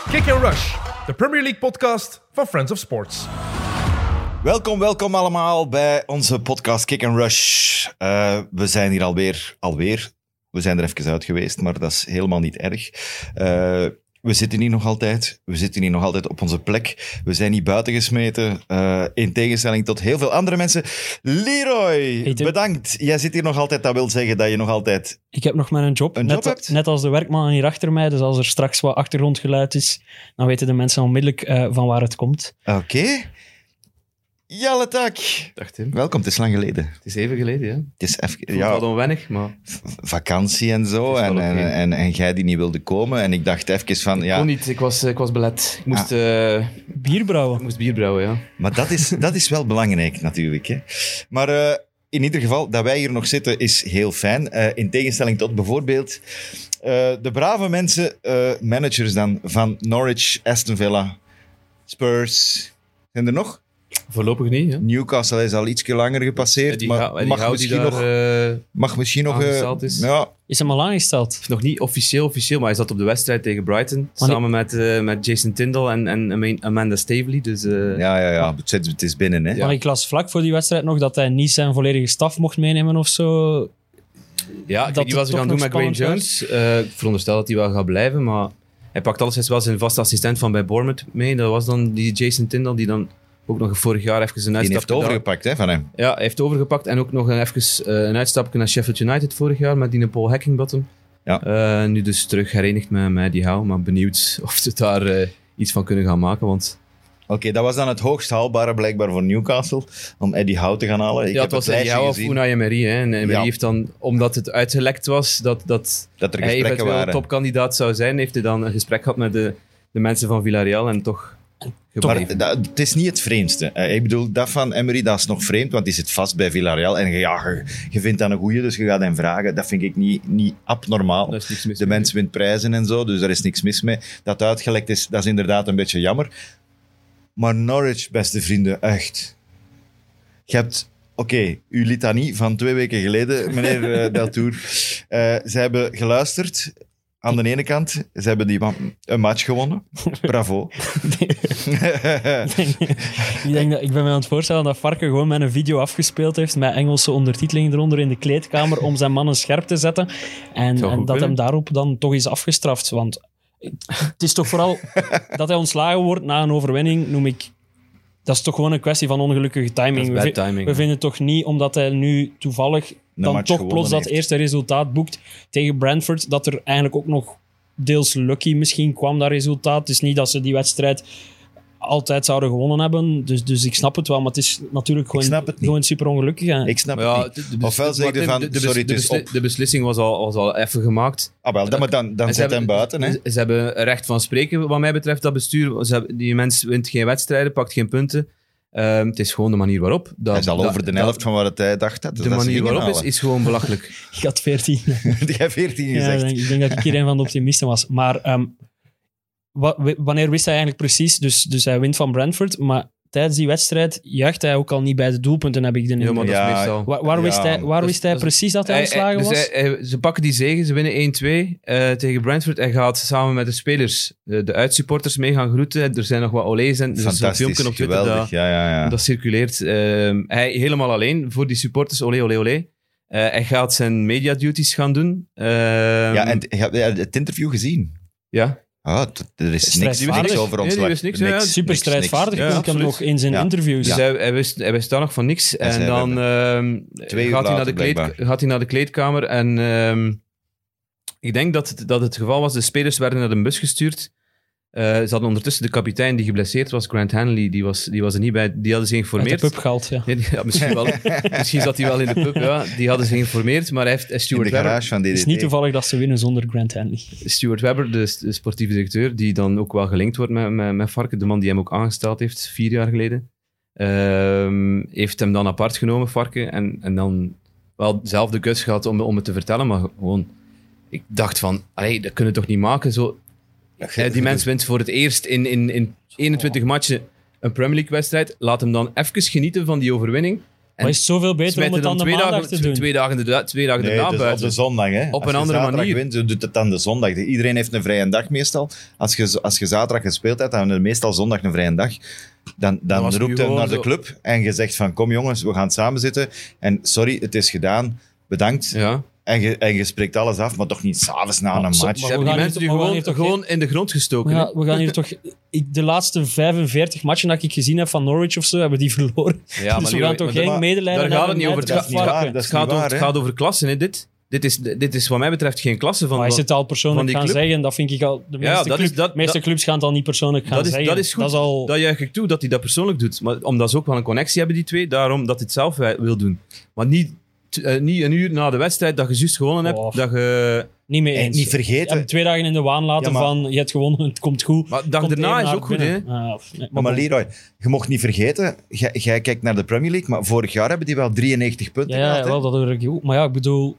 Kick and Rush, de Premier League podcast van Friends of Sports. Welkom allemaal bij onze podcast Kick and Rush. We zijn hier alweer. We zijn er even uit geweest, maar dat is helemaal niet erg. We zitten hier nog altijd op onze plek. We zijn niet buiten gesmeten, in tegenstelling tot heel veel andere mensen. Leroy, bedankt. Jij zit hier nog altijd, dat wil zeggen dat je nog altijd... Ik heb nog maar een job. Net als de werkman hier achter mij, dus als er straks wat achtergrondgeluid is, dan weten de mensen onmiddellijk van waar het komt. Oké. Jelle Tak. Dag Tim. Welkom, het is lang geleden. Het is even geleden, hè? Het is even, Ik vond het wel onwennig, maar... Vakantie en zo, en jij die niet wilde komen. En ik dacht even van... Ik kon niet, ik was belet. Ik moest... Bier brouwen. Ik moest bier brouwen, ja. Maar dat is wel belangrijk natuurlijk. Hè. Maar in ieder geval, dat wij hier nog zitten is heel fijn. In tegenstelling tot bijvoorbeeld de brave mensen, managers dan, van Norwich, Aston Villa, Spurs. Zijn er nog? Voorlopig niet, hè? Newcastle is al ietsje langer gepasseerd, maar mag misschien nog... aangesteld is. Ja. Is hem al aangesteld? Nog niet officieel, maar hij zat op de wedstrijd tegen Brighton. Samen met Jason Tindall en Amanda Staveley. Dus, Ja, het is binnen. Hè. Maar ik las vlak voor die wedstrijd nog dat hij niet zijn volledige staf mocht meenemen of zo. Ja, ik weet niet wat ze gaan doen met Graeme Jones. Ik veronderstel dat hij wel gaat blijven, maar hij pakt alleszins wel zijn vaste assistent van bij Bournemouth mee. Dat was dan die Jason Tindall, die dan ook nog vorig jaar even een uitstapje... Die heeft overgepakt, hè, van hem. Ja, hij heeft overgepakt en ook nog een uitstapje naar Sheffield United vorig jaar met die Paul Heckingbottom. Ja. Nu dus terug herenigd met Eddie Howe, maar benieuwd of ze daar iets van kunnen gaan maken, want... Oké, dat was dan het hoogst haalbare blijkbaar voor Newcastle, om Eddie Howe te gaan halen. Het was Eddie Howe of Unai Emery. Hè. En Emery heeft dan, omdat het uitgelekt was dat er hij eventueel waren. Topkandidaat zou zijn, heeft hij dan een gesprek gehad met de mensen van Villarreal en toch... Maar het is niet het vreemdste. Ik bedoel, dat van Emery, dat is nog vreemd, want die zit vast bij Villarreal. En je vindt dat een goeie, dus je gaat hem vragen. Dat vind ik niet abnormaal. De mens wint prijzen en zo, dus daar is niks mis mee. Dat uitgelekt is, dat is inderdaad een beetje jammer. Maar Norwich, beste vrienden, echt. Je hebt... Oké, uw litanie van 2 weken geleden, meneer Deltour. Ze hebben geluisterd... Aan de ene kant, ze hebben een match gewonnen. Bravo. Ik ben me aan het voorstellen dat Varken gewoon met een video afgespeeld heeft met Engelse ondertiteling eronder in de kleedkamer om zijn mannen scherp te zetten. En dat hem daarop dan toch is afgestraft. Want het is toch vooral dat hij ontslagen wordt na een overwinning, noem ik... Dat is toch gewoon een kwestie van ongelukkige timing. We vinden het toch niet, omdat hij nu toevallig dan toch plots dat eerste resultaat boekt tegen Brentford, dat er eigenlijk ook nog deels lucky misschien kwam, dat resultaat. Het is niet dat ze die wedstrijd altijd zouden gewonnen hebben. Dus ik snap het wel, maar het is natuurlijk gewoon super ongelukkig. Ik snap het niet. Ofwel zeg je van, de beslissing was al even gemaakt. Maar dan zet hem buiten. Hè? Ze hebben recht van spreken, wat mij betreft, dat bestuur. Die mens wint geen wedstrijden, pakt geen punten. Het is gewoon de manier waarop... Hij is al over de helft van wat hij dacht. Dus de manier waarop is gewoon belachelijk. Ik had 14. Die had 14 gezegd. Ja, ik denk dat ik hier een van de optimisten was. Maar wanneer wist hij eigenlijk precies? Dus hij wint van Brentford, maar tijdens die wedstrijd juicht hij ook al niet bij de doelpunten, heb ik de indruk. Ja, maar dat is meestal... Waar wist hij precies dat hij ontslagen was? Ze pakken die zege, ze winnen 1-2 tegen Brentford. Hij gaat samen met de spelers, de uitsupporters, mee gaan groeten. Er zijn nog wat olés en er is een filmpje op Twitter dat circuleert. Hij helemaal alleen voor die supporters, olé. Hij gaat zijn media duties gaan doen. En heb je het interview gezien? Ja. Er is niks over ontslag. Super strijdvaardig, ik hem nog in zijn interviews. Dus hij wist daar nog van niks. En dan gaat hij naar de kleedkamer. En ik denk dat het geval was, de spelers werden naar de bus gestuurd. Ze hadden ondertussen de kapitein die geblesseerd was, Grant Hanley, die was er niet bij. Die hadden ze geïnformeerd. Uit de pub gehaald, ja. Nee, misschien wel. Misschien zat hij wel in de pub, ja. Die hadden ze geïnformeerd, maar hij heeft Stuart Webber... Het is niet toevallig dat ze winnen zonder Grant Hanley. Stuart Webber, de sportieve directeur, die dan ook wel gelinkt wordt met Varken, de man die hem ook aangesteld heeft, 4 jaar geleden, heeft hem dan apart genomen, Varken, en dan wel zelf de guts gehad om het te vertellen, maar gewoon... Ik dacht van, dat kunnen we toch niet maken, zo... Die mens wint voor het eerst in 21 matchen een Premier League wedstrijd. Laat hem dan even genieten van die overwinning. Maar is het zoveel beter om het dan de maandag te doen? Twee dagen daarna buiten. Op de zondag. Hè. Op een andere manier. Wint, doet het dan de zondag. Iedereen heeft een vrije dag meestal. Als je zaterdag gespeeld hebt, dan hebben we meestal zondag een vrije dag. Dan roept hij naar de club en je zegt van kom jongens, we gaan samen zitten. En sorry, het is gedaan. Bedankt. Ja. En je spreekt alles af, maar toch niet s'avonds na een match. Ze hebben die mensen die gewoon in de grond gestoken. Ja, we gaan hier toch... De laatste 45 matchen dat ik gezien heb van Norwich of zo, hebben die verloren. Ja, dus we gaan toch geen medelijden hebben. Daar gaat het niet over. Het gaat over klassen. Hè. Dit is wat mij betreft geen klasse van. Maar is het al persoonlijk gaan zeggen? Dat vind ik al. De meeste clubs gaan het al niet persoonlijk gaan zeggen. Dat is goed. Dat juich ik toe dat hij dat persoonlijk doet. Maar omdat ze ook wel een connectie hebben, die twee, daarom dat hij het zelf wil doen. Maar niet een uur na de wedstrijd dat je juist gewonnen hebt, dat je... Niet mee eens. Niet vergeten. Je 2 dagen in de waan laten van je hebt gewonnen, het komt goed. Maar de dag daarna is ook goed, hè? Maar Leroy, je mocht niet vergeten, jij kijkt naar de Premier League, maar vorig jaar hebben die wel 93 punten gehad. Ja, wel, dat hoor ik goed. Maar ja, ik bedoel...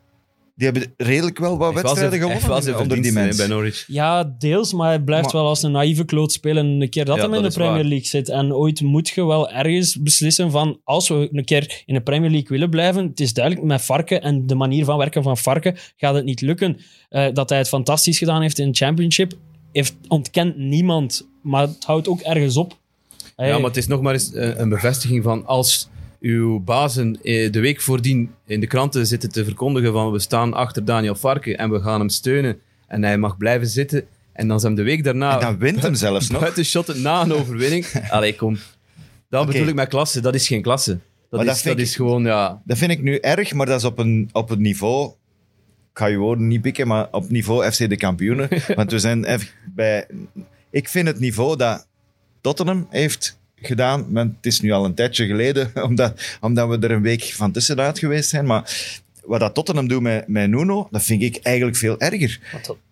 Die hebben redelijk wel wat wedstrijden gewonnen onder die mensen. Bij Norwich. Ja, deels, maar hij blijft wel als een naïeve kloot spelen een keer dat hem in de Premier League zit. En ooit moet je wel ergens beslissen van, als we een keer in de Premier League willen blijven, het is duidelijk, met Varken en de manier van werken van Varken gaat het niet lukken. Dat hij het fantastisch gedaan heeft in de Championship, ontkent niemand. Maar het houdt ook ergens op. Ja, maar het is nog maar eens een bevestiging van als... uw bazen de week voordien in de kranten zitten te verkondigen van we staan achter Daniel Farke en we gaan hem steunen en hij mag blijven zitten en dan zijn de week daarna... En dan wint hem zelfs nog. Buiten shotten na een overwinning. Allee, kom. Dat bedoel ik met klasse. Dat is geen klasse. Dat is gewoon, ja... Dat vind ik nu erg, maar dat is op het niveau... Ik ga je woorden niet pikken, maar op niveau FC de kampioenen. Want we zijn bij... Ik vind het niveau dat Tottenham heeft... gedaan, maar het is nu al een tijdje geleden, omdat we er een week van tussenuit geweest zijn. Maar wat dat Tottenham doet met Nuno, dat vind ik eigenlijk veel erger.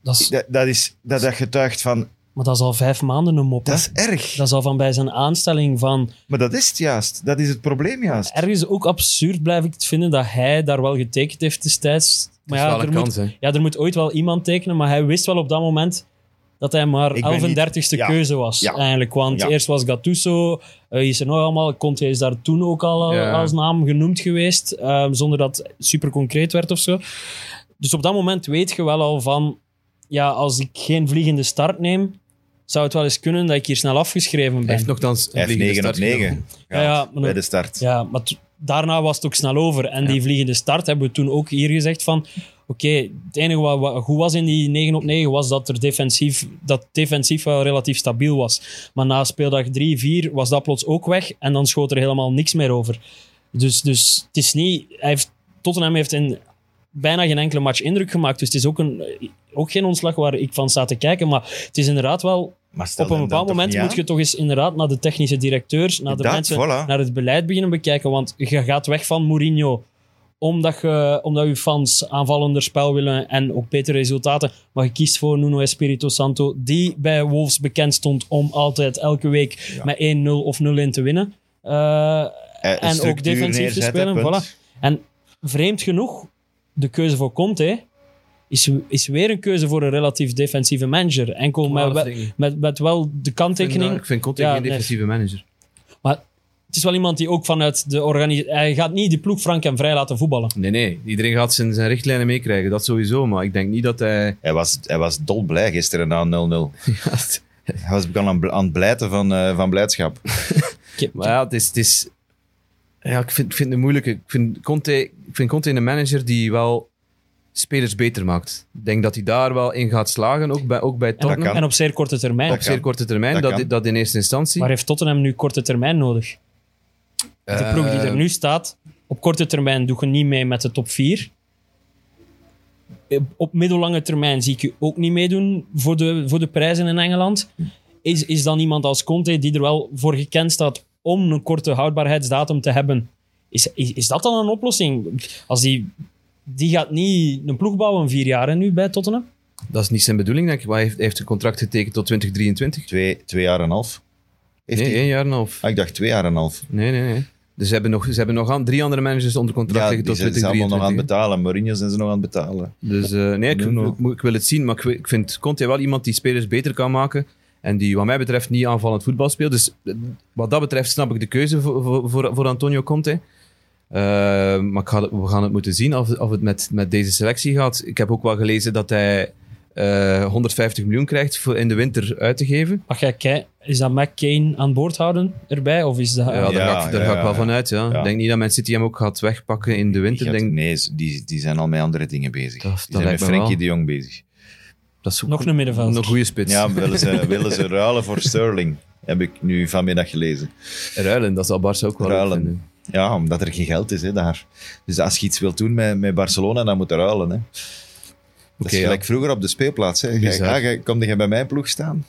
Dat getuigt van... Maar dat is al 5 maanden een mop. Dat is erg. Dat is al van bij zijn aanstelling van... Maar dat is het juist. Dat is het probleem juist. Ergens ook absurd blijf ik het vinden dat hij daar wel getekend heeft destijds. Maar ja, er moet ooit wel iemand tekenen, maar hij wist wel op dat moment... dat hij maar 11e keuze was, eigenlijk. Want eerst was Gattuso, is er nog allemaal... Conte is daar toen ook al als naam genoemd geweest, zonder dat het super concreet werd of zo. Dus op dat moment weet je wel al van... Ja, als ik geen vliegende start neem, zou het wel eens kunnen dat ik hier snel afgeschreven ben. Hij heeft nogthans een vliegende 9 op 9 bij de start. Ja, maar daarna was het ook snel over. En die vliegende start hebben we toen ook hier gezegd van... Oké, het enige wat goed was in die 9 op 9 was dat defensief wel relatief stabiel was. Maar na speeldag 3-4 was dat plots ook weg en dan schoot er helemaal niks meer over. Dus het is niet... Tottenham heeft in bijna geen enkele match indruk gemaakt. Dus het is ook geen ontslag waar ik van sta te kijken. Maar het is inderdaad wel... Op een bepaald moment moet je toch eens inderdaad naar de technische directeurs, naar de mensen, naar het beleid beginnen bekijken. Want je gaat weg van Mourinho... Omdat je fans aanvallender spel willen en ook betere resultaten. Maar je kiest voor Nuno Espirito Santo, die bij Wolves bekend stond om altijd elke week met 1-0 of 0-1 te winnen. En ook defensief te spelen. Voilà. En vreemd genoeg, de keuze voor Conte is weer een keuze voor een relatief defensieve manager. Enkel met wel de kanttekening... Ik vind Conte geen defensieve manager. Maar... Het is wel iemand die ook vanuit de organisatie... Hij gaat niet die ploeg frank en vrij laten voetballen. Nee. Iedereen gaat zijn richtlijnen meekrijgen. Dat sowieso. Maar ik denk niet dat hij... Hij was dolblij gisteren na 0-0. Hij was aan het blijten van blijdschap. Maar ja, het is... Ja, ik vind het een moeilijke... Ik vind Conte een manager die wel spelers beter maakt. Ik denk dat hij daar wel in gaat slagen, ook bij Tottenham. En op zeer korte termijn. Op zeer korte termijn, dat in eerste instantie. Maar heeft Tottenham nu korte termijn nodig? De ploeg die er nu staat, op korte termijn doe je niet mee met de top 4. Op middellange termijn zie ik je ook niet meedoen voor de prijzen in Engeland. Is dan iemand als Conte die er wel voor gekend staat om een korte houdbaarheidsdatum te hebben? Is dat dan een oplossing? Als die gaat niet een ploeg bouwen 4 jaar nu bij Tottenham? Dat is niet zijn bedoeling, denk ik. Hij heeft een contract getekend tot 2023. 2 jaar en een half. Nee, 1 jaar en een half. Ik dacht 2 jaar en een half. Nee. Dus ze hebben nog 3 andere managers onder contract liggen tot 2023. Ja, die zijn allemaal nog aan het betalen. Mourinho zijn ze nog aan het betalen. Dus ik wil het zien, maar ik vind Conte wel iemand die spelers beter kan maken en die wat mij betreft niet aanvallend voetbal speelt. Dus wat dat betreft snap ik de keuze voor Antonio Conte. Maar we gaan het moeten zien of het met deze selectie gaat. Ik heb ook wel gelezen dat hij 150 miljoen krijgt in de winter uit te geven. Is dat Mac Kane aan boord houden erbij? Of is dat... Ja, daar ga ik wel van uit. Ja. Ik denk niet dat Man City hem ook gaat wegpakken in de winter. Nee, die zijn al met andere dingen bezig. Dat die zijn met Frenkie de Jong bezig. Dat is nog een middenvelder. Nog een goede spits. Ja, willen ze ruilen voor Sterling. Heb ik nu vanmiddag gelezen. Ruilen, dat zal Barca ook wel ruilen. Ja, omdat er geen geld is daar. Dus als je iets wilt doen met Barcelona, dan moet je ruilen. Hè. Dat is gelijk vroeger op de speelplaats. Hè. Kom je bij mijn ploeg staan?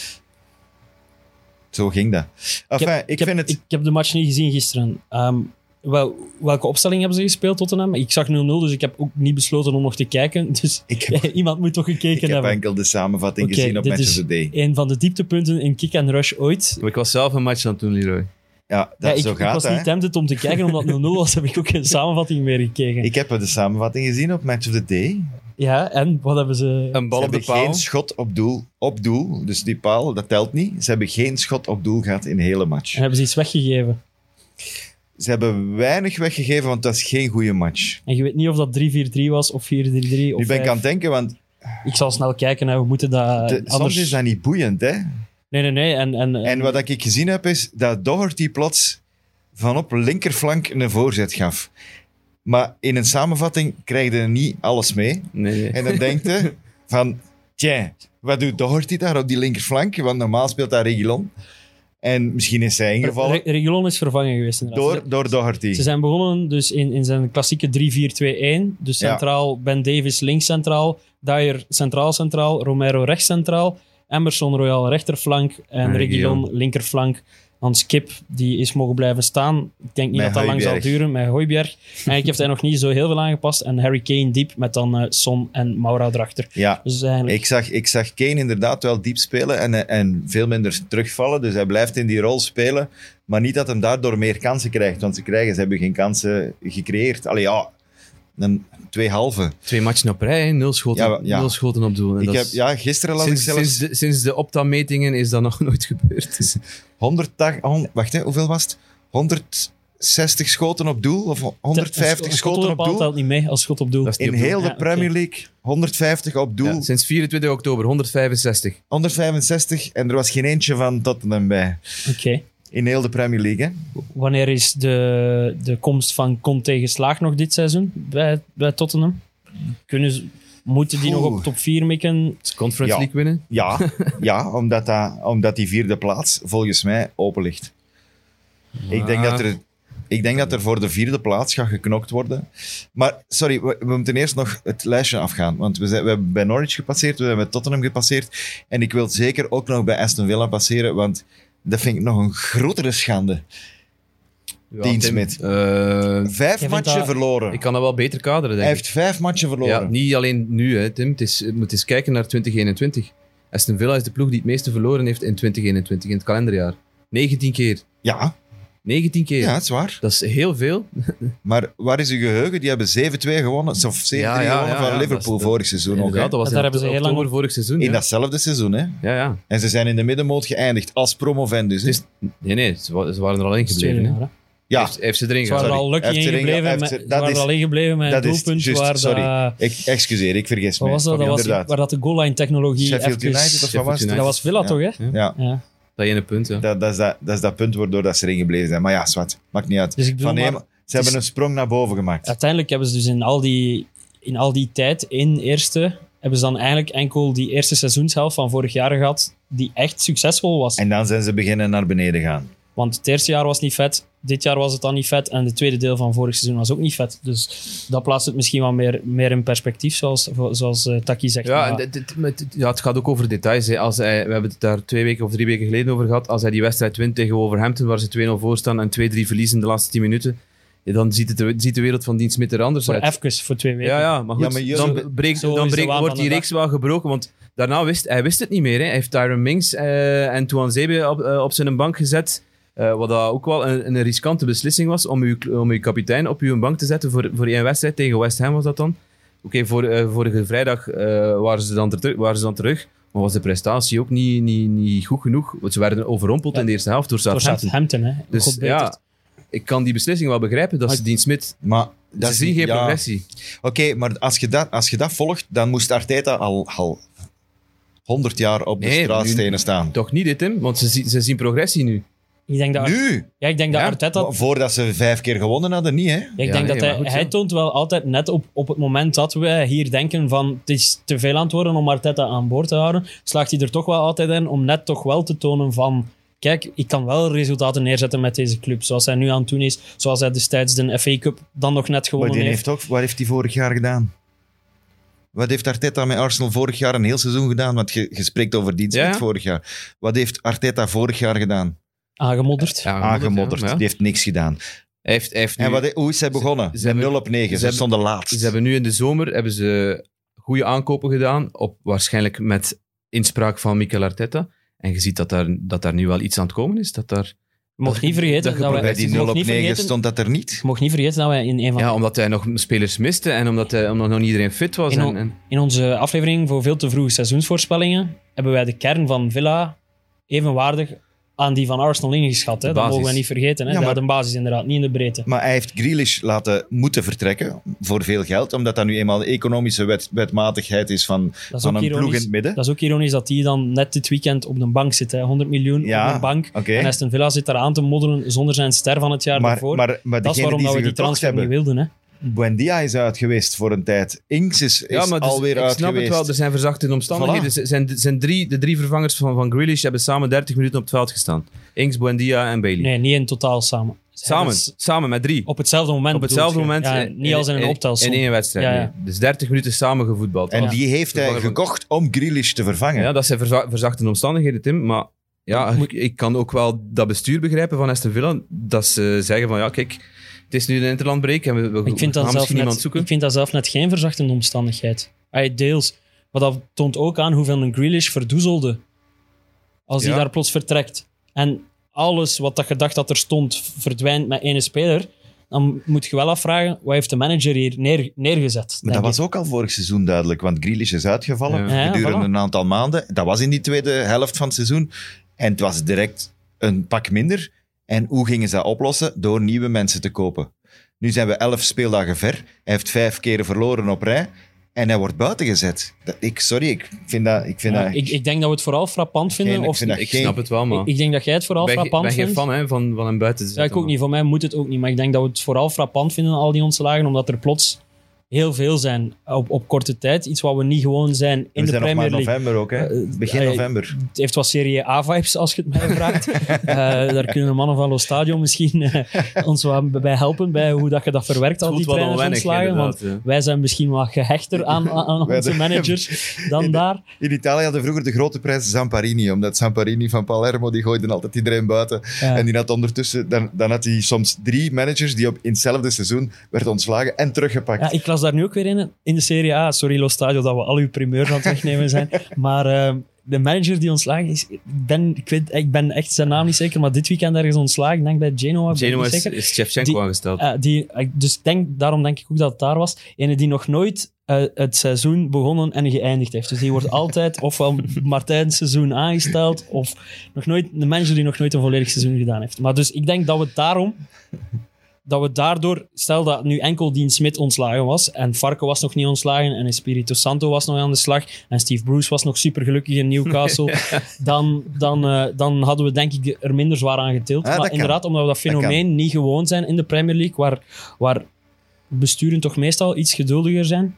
Zo ging dat. Enfin, ik heb de match niet gezien gisteren. Welke opstelling hebben ze gespeeld, Tottenham? Ik zag 0-0, dus ik heb ook niet besloten om nog te kijken. Dus iemand moet toch gekeken hebben. Ik heb enkel de samenvatting gezien op Match of the Day. Dit is een van de dieptepunten in Kick and Rush ooit. Maar ik was zelf een match aan het doen, Leroy. Ja, ik was niet tempted om te kijken, omdat 0-0 was, heb ik ook een samenvatting meer gekeken. Ik heb de samenvatting gezien op Match of the Day. Ja, en wat hebben ze... Een bal op de paal. Geen schot op doel. Dus die paal, dat telt niet. Ze hebben geen schot op doel gehad in de hele match. En hebben ze iets weggegeven? Ze hebben weinig weggegeven, want dat is geen goede match. En je weet niet of dat 3-4-3 was of 4-3-3 of Nu ben 5. ik aan het denken, want... Ik zal snel kijken, we moeten dat... Soms is dat niet boeiend, hè? Nee. En wat ik gezien heb, is dat Doherty plots van op linkerflank een voorzet gaf. Maar in een samenvatting krijg je niet alles mee. Nee. En dan denk je van... Tja, wat doet Doherty daar op die linkerflank? Want normaal speelt daar Reguilon. En misschien is hij ingevallen. Reguilon is vervangen geweest. Door Doherty. Ze zijn begonnen dus in zijn klassieke 3-4-2-1. Dus centraal Ben Davies links centraal, Dyer centraal, Romero rechts centraal, Emerson Royal rechterflank en Reguilon linkerflank. Dan Skip, die is mogen blijven staan. Ik denk niet dat dat lang zal duren, met Højbjerg. Eigenlijk heeft hij nog niet zo heel veel aangepast. En Harry Kane diep, met dan Son en Maura erachter. Ja, dus eigenlijk... ik zag Kane inderdaad wel diep spelen en veel minder terugvallen. Dus hij blijft in die rol spelen. Maar niet dat hij daardoor meer kansen krijgt. Want ze hebben geen kansen gecreëerd. Allee, ja, een 2 halve. 2 matchen op rij, 0 schoten, 0 schoten op doel. En gisteren las ik zelfs... Sinds de Opta-metingen is dat nog nooit gebeurd. Dus. Wacht, hoeveel was het? 160 schoten op doel? Of 150 schoten op doel? Dat telt niet mee als schot op doel. In heel de Premier League 150 op doel. Ja, sinds 24 oktober, 165. 165 en er was geen eentje van Tottenham bij. Oké. In heel de Premier League, hè? Wanneer is de komst van Conte geslaagd nog dit seizoen bij Tottenham? Moeten die nog op top 4 mikken? Conference League winnen? Ja, omdat die 4e plaats volgens mij open ligt. Ik denk dat er voor de 4e plaats gaat geknokt worden. Maar, sorry, we moeten eerst nog het lijstje afgaan. Want we hebben bij Norwich gepasseerd, we hebben bij Tottenham gepasseerd. En ik wil zeker ook nog bij Aston Villa passeren, want dat vind ik nog een grotere schande. Ja, Dean Smith. 5 matchen verloren. Ik kan dat wel beter kaderen, denk ik. Hij heeft 5 matchen verloren. Ja, niet alleen nu, hè, Tim. Je moet eens kijken naar 2021. Aston Villa is de ploeg die het meeste verloren heeft in 2021, in het kalenderjaar. 19 keer. Ja. 19 keer. Ja, dat is waar. Dat is heel veel. Maar waar is uw geheugen? Die hebben 7-2 gewonnen, of 7-3 gewonnen van Liverpool vorig seizoen ook. Dat was in oktober vorig seizoen. In datzelfde seizoen, hè? Ja. En ze zijn in de middenmoot geëindigd als promovendus. Nee, ze waren er al in gebleven. Ja. Heeft ze erin gehad. Ze waren al lucky ingebleven met een doelpunt. Sorry, excuseer, ik vergis me. Wat was dat? Waar dat de goal-line-technologie... Sheffield United of wat was het? Dat was Villa toch, hè? Ja. Dat ene punt, ja. Dat is dat punt waardoor dat ze erin gebleven zijn. Maar ja, zwart, maakt niet uit. Dus ze hebben een sprong naar boven gemaakt. Uiteindelijk hebben ze dus in al die tijd in eerste... hebben ze dan eigenlijk enkel die eerste seizoenshelft van vorig jaar gehad die echt succesvol was. En dan zijn ze beginnen naar beneden gaan. Want het eerste jaar was niet vet, dit jaar was het dan niet vet en het tweede deel van vorig seizoen was ook niet vet. Dus dat plaatst het misschien wel meer in perspectief, zoals Taki zegt. Ja, het gaat ook over details. Hè. We hebben het daar 2 weken of 3 weken geleden over gehad. Als hij die wedstrijd wint tegen Wolverhampton, waar ze 2-0 voor staan en 2-3 verliezen in de laatste 10 minuten, dan ziet de wereld van Dean Smith er anders uit. Voor 2 weken. Ja, maar goed, dan wordt die reeks wel gebroken, want daarna wist het niet meer. Hè. Hij heeft Tyrone Mings en Tuanzebe op zijn bank gezet. Wat dat ook wel een riskante beslissing was om uw kapitein op uw bank te zetten voor 1 wedstrijd. Tegen West Ham was dat dan. Oké, vorige vrijdag waren ze dan terug. Maar was de prestatie ook niet goed genoeg? Want ze werden overrompeld in de eerste helft door Southampton. Hè? Dus ja, ik kan die beslissing wel begrijpen dat ze Dean Smith... Maar ze zien geen progressie. Oké, maar als je dat volgt, dan moest Arteta al 100 jaar op de straatstenen staan. Toch niet, Tim? Want ze zien progressie nu. Ik denk dat Nu? Ja, ik denk dat Arteta... Voordat ze 5 keer gewonnen hadden, niet, hè? Ja, ik denk dat hij toont wel altijd net op het moment dat wij hier denken van het is te veel aan het worden om Arteta aan boord te houden, slaagt hij er toch wel altijd in om net toch wel te tonen van kijk, ik kan wel resultaten neerzetten met deze club, zoals hij nu aan het doen is, zoals hij destijds de FA Cup dan nog net gewonnen heeft. Wat heeft hij vorig jaar gedaan? Wat heeft Arteta met Arsenal vorig jaar een heel seizoen gedaan? Want je spreekt over Dean Smith vorig jaar. Wat heeft Arteta vorig jaar gedaan? Aangemodderd. Aangemodderd. Die heeft niks gedaan. Hij heeft nu, en hoe is hij begonnen? Ze 0-9. Ze stonden laatst. Ze hebben nu in de zomer goede aankopen gedaan, waarschijnlijk met inspraak van Mikel Arteta. En je ziet dat daar nu wel iets aan het komen is. Je mag niet vergeten dat wij... Bij die 0-9 stond dat er niet. Je mag niet vergeten dat wij in een van... Ja, omdat hij nog spelers miste en omdat nog niet iedereen fit was. In onze aflevering voor veel te vroege seizoensvoorspellingen hebben wij de kern van Villa evenwaardig aan die van Arsenal ingeschat. Hè? Dat mogen we niet vergeten. Hè? Ja, maar, de basis inderdaad, niet in de breedte. Maar hij heeft Grealish moeten vertrekken voor veel geld, omdat dat nu eenmaal de economische wetmatigheid is van een ploeg in het midden. Dat is ook ironisch dat hij dan net dit weekend op de bank zit. Hè? 100 miljoen op de bank. Okay. En Aston Villa zit daar aan te modderen zonder zijn ster van het jaar daarvoor. Maar dat is waarom we die transfer niet wilden. Hè? Buendia is uit geweest voor een tijd. Ings is alweer uit geweest. Ik snap het wel, er zijn verzachtende omstandigheden. Voilà. De drie vervangers van Grealish hebben samen 30 minuten op het veld gestaan. Ings, Buendia en Bailey. Nee, niet in totaal samen. Samen met 3. Op hetzelfde moment. Op hetzelfde moment. Ja, niet als in een optelsom. In één wedstrijd. Ja. Nee. Dus 30 minuten samen gevoetbald. En die heeft hij gekocht om Grealish te vervangen. Ja, dat zijn verzachtende omstandigheden, Tim. Maar ja, ik kan ook wel dat bestuur begrijpen van Aston Villa. Dat ze zeggen van ja, kijk... Het is nu een interlandbreak en we gaan misschien iemand zoeken. Ik vind dat zelf net geen verzachtende omstandigheid. Deels. Maar dat toont ook aan hoeveel een Grealish verdoezelde. Als hij daar plots vertrekt. En alles wat je dacht dat er stond, verdwijnt met één speler. Dan moet je wel afvragen, wat heeft de manager hier neergezet? Maar dat was ook al vorig seizoen duidelijk. Want Grealish is uitgevallen gedurende een aantal maanden. Dat was in die tweede helft van het seizoen. En het was direct een pak minder. En hoe gingen ze dat oplossen? Door nieuwe mensen te kopen. Nu zijn we 11 speeldagen ver. Hij heeft 5 keren verloren op rij. En hij wordt buiten gezet. Ik vind dat... Ik denk dat we het vooral frappant vinden. Ik snap het wel, maar... Ik denk dat jij het vooral frappant vindt. Ik ben geen fan van hem buiten te zetten. Ja, ik ook niet. Voor mij moet het ook niet. Maar ik denk dat we het vooral frappant vinden, al die ontslagen, omdat er plots heel veel zijn op korte tijd. Iets wat we niet gewoon zijn in de Premier League. We zijn nog maar november ook, hè? Begin november. Het heeft wat Serie A-vibes, als je het mij vraagt. Daar kunnen de mannen van Lo Stadio misschien ons wat bij helpen, bij hoe dat je dat verwerkt, al die trainersontslagen. Want wij zijn misschien wat gehechter aan onze managers dan daar. In Italië hadden vroeger de grote prijs Zamparini, omdat Zamparini van Palermo, die gooide altijd iedereen buiten. Ja. En die had ondertussen, dan had hij soms 3 managers die in hetzelfde seizoen werden ontslagen en teruggepakt. Ja, ik las daar nu ook weer in de Serie A. Sorry, Lo Stadio, dat we al uw primeurs aan het wegnemen zijn. Maar de manager die ontslagen is... Ik ben echt zijn naam niet zeker, maar dit weekend ergens ontslagen. Ik denk bij Genoa. Genoa is Shevchenko aangesteld. Dus daarom denk ik ook dat het daar was. Ene die nog nooit het seizoen begonnen en geëindigd heeft. Dus die wordt altijd ofwel Martijn's seizoen aangesteld, of de manager die nog nooit een volledig seizoen gedaan heeft. Maar dus ik denk dat we daardoor, stel dat nu enkel Dean Smith ontslagen was, en Farke was nog niet ontslagen, en Espirito Santo was nog aan de slag, en Steve Bruce was nog supergelukkig in Newcastle, dan hadden we denk ik er minder zwaar aan getild. Maar inderdaad, omdat we dat fenomeen niet gewoon zijn in de Premier League, waar besturen toch meestal iets geduldiger zijn.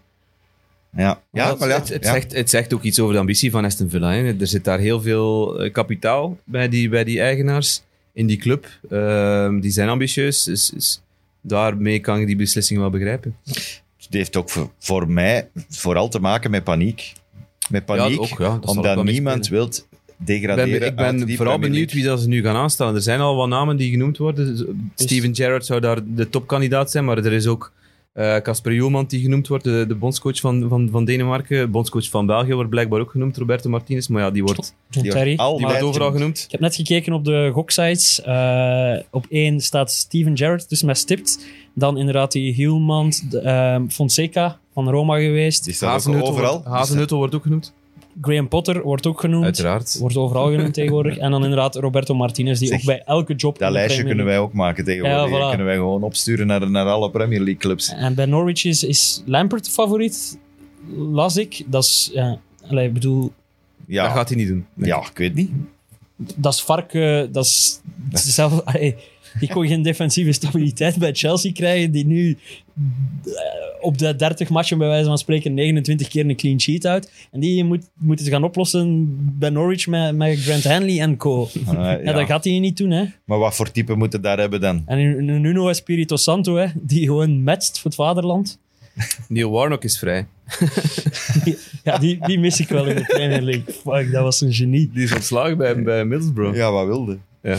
Het zegt ook iets over de ambitie van Aston Villa. Hè. Er zit daar heel veel kapitaal bij die eigenaars in die club. Die zijn ambitieus. Dus daarmee kan ik die beslissing wel begrijpen. Het heeft ook voor mij vooral te maken met paniek. Met paniek, omdat niemand wil degraderen. Ik ben vooral benieuwd wie dat ze nu gaan aanstellen. Er zijn al wat namen die genoemd worden. Steven Gerrard zou daar de topkandidaat zijn, maar er is ook Casper Joelman die genoemd wordt, de bondscoach van Denemarken. Bondscoach van België wordt blijkbaar ook genoemd, Roberto Martinez. Maar ja, die wordt overal genoemd. Ik heb net gekeken op de goksites. Op 1 staat Steven Gerrard, dus met stipt. Dan inderdaad die Hielman, Fonseca van Roma geweest. Die staat overal. Hazenhuttel wordt ook genoemd. Graham Potter wordt ook genoemd. Uiteraard. Wordt overal genoemd tegenwoordig. En dan inderdaad Roberto Martinez, die ook bij elke job... Dat lijstje kunnen wij ook maken tegenwoordig. Ja, voilà. Kunnen wij gewoon opsturen naar alle Premier League clubs. En bij Norwich is Lampert de favoriet, las ik. Dat is... Ja, ik bedoel... Ja. Dat gaat hij niet doen. Ja, ik weet niet. Dat is varken... Dat is zelf... Die kon geen defensieve stabiliteit bij Chelsea krijgen, die nu op de 30 matchen bij wijze van spreken 29 keer een clean sheet houdt. En die moeten ze gaan oplossen bij Norwich met Grant Hanley en co. Ja, dat gaat hij niet doen, hè. Maar wat voor type moet het daar hebben dan? En Nuno Espirito Santo, hè, die gewoon matcht voor het vaderland. Neil Warnock is vrij. Ja, die mis ik wel in de Premier League. Fuck, dat was een genie. Die is ontslagen bij Middlesbrough. Ja, wat wilde? Ja.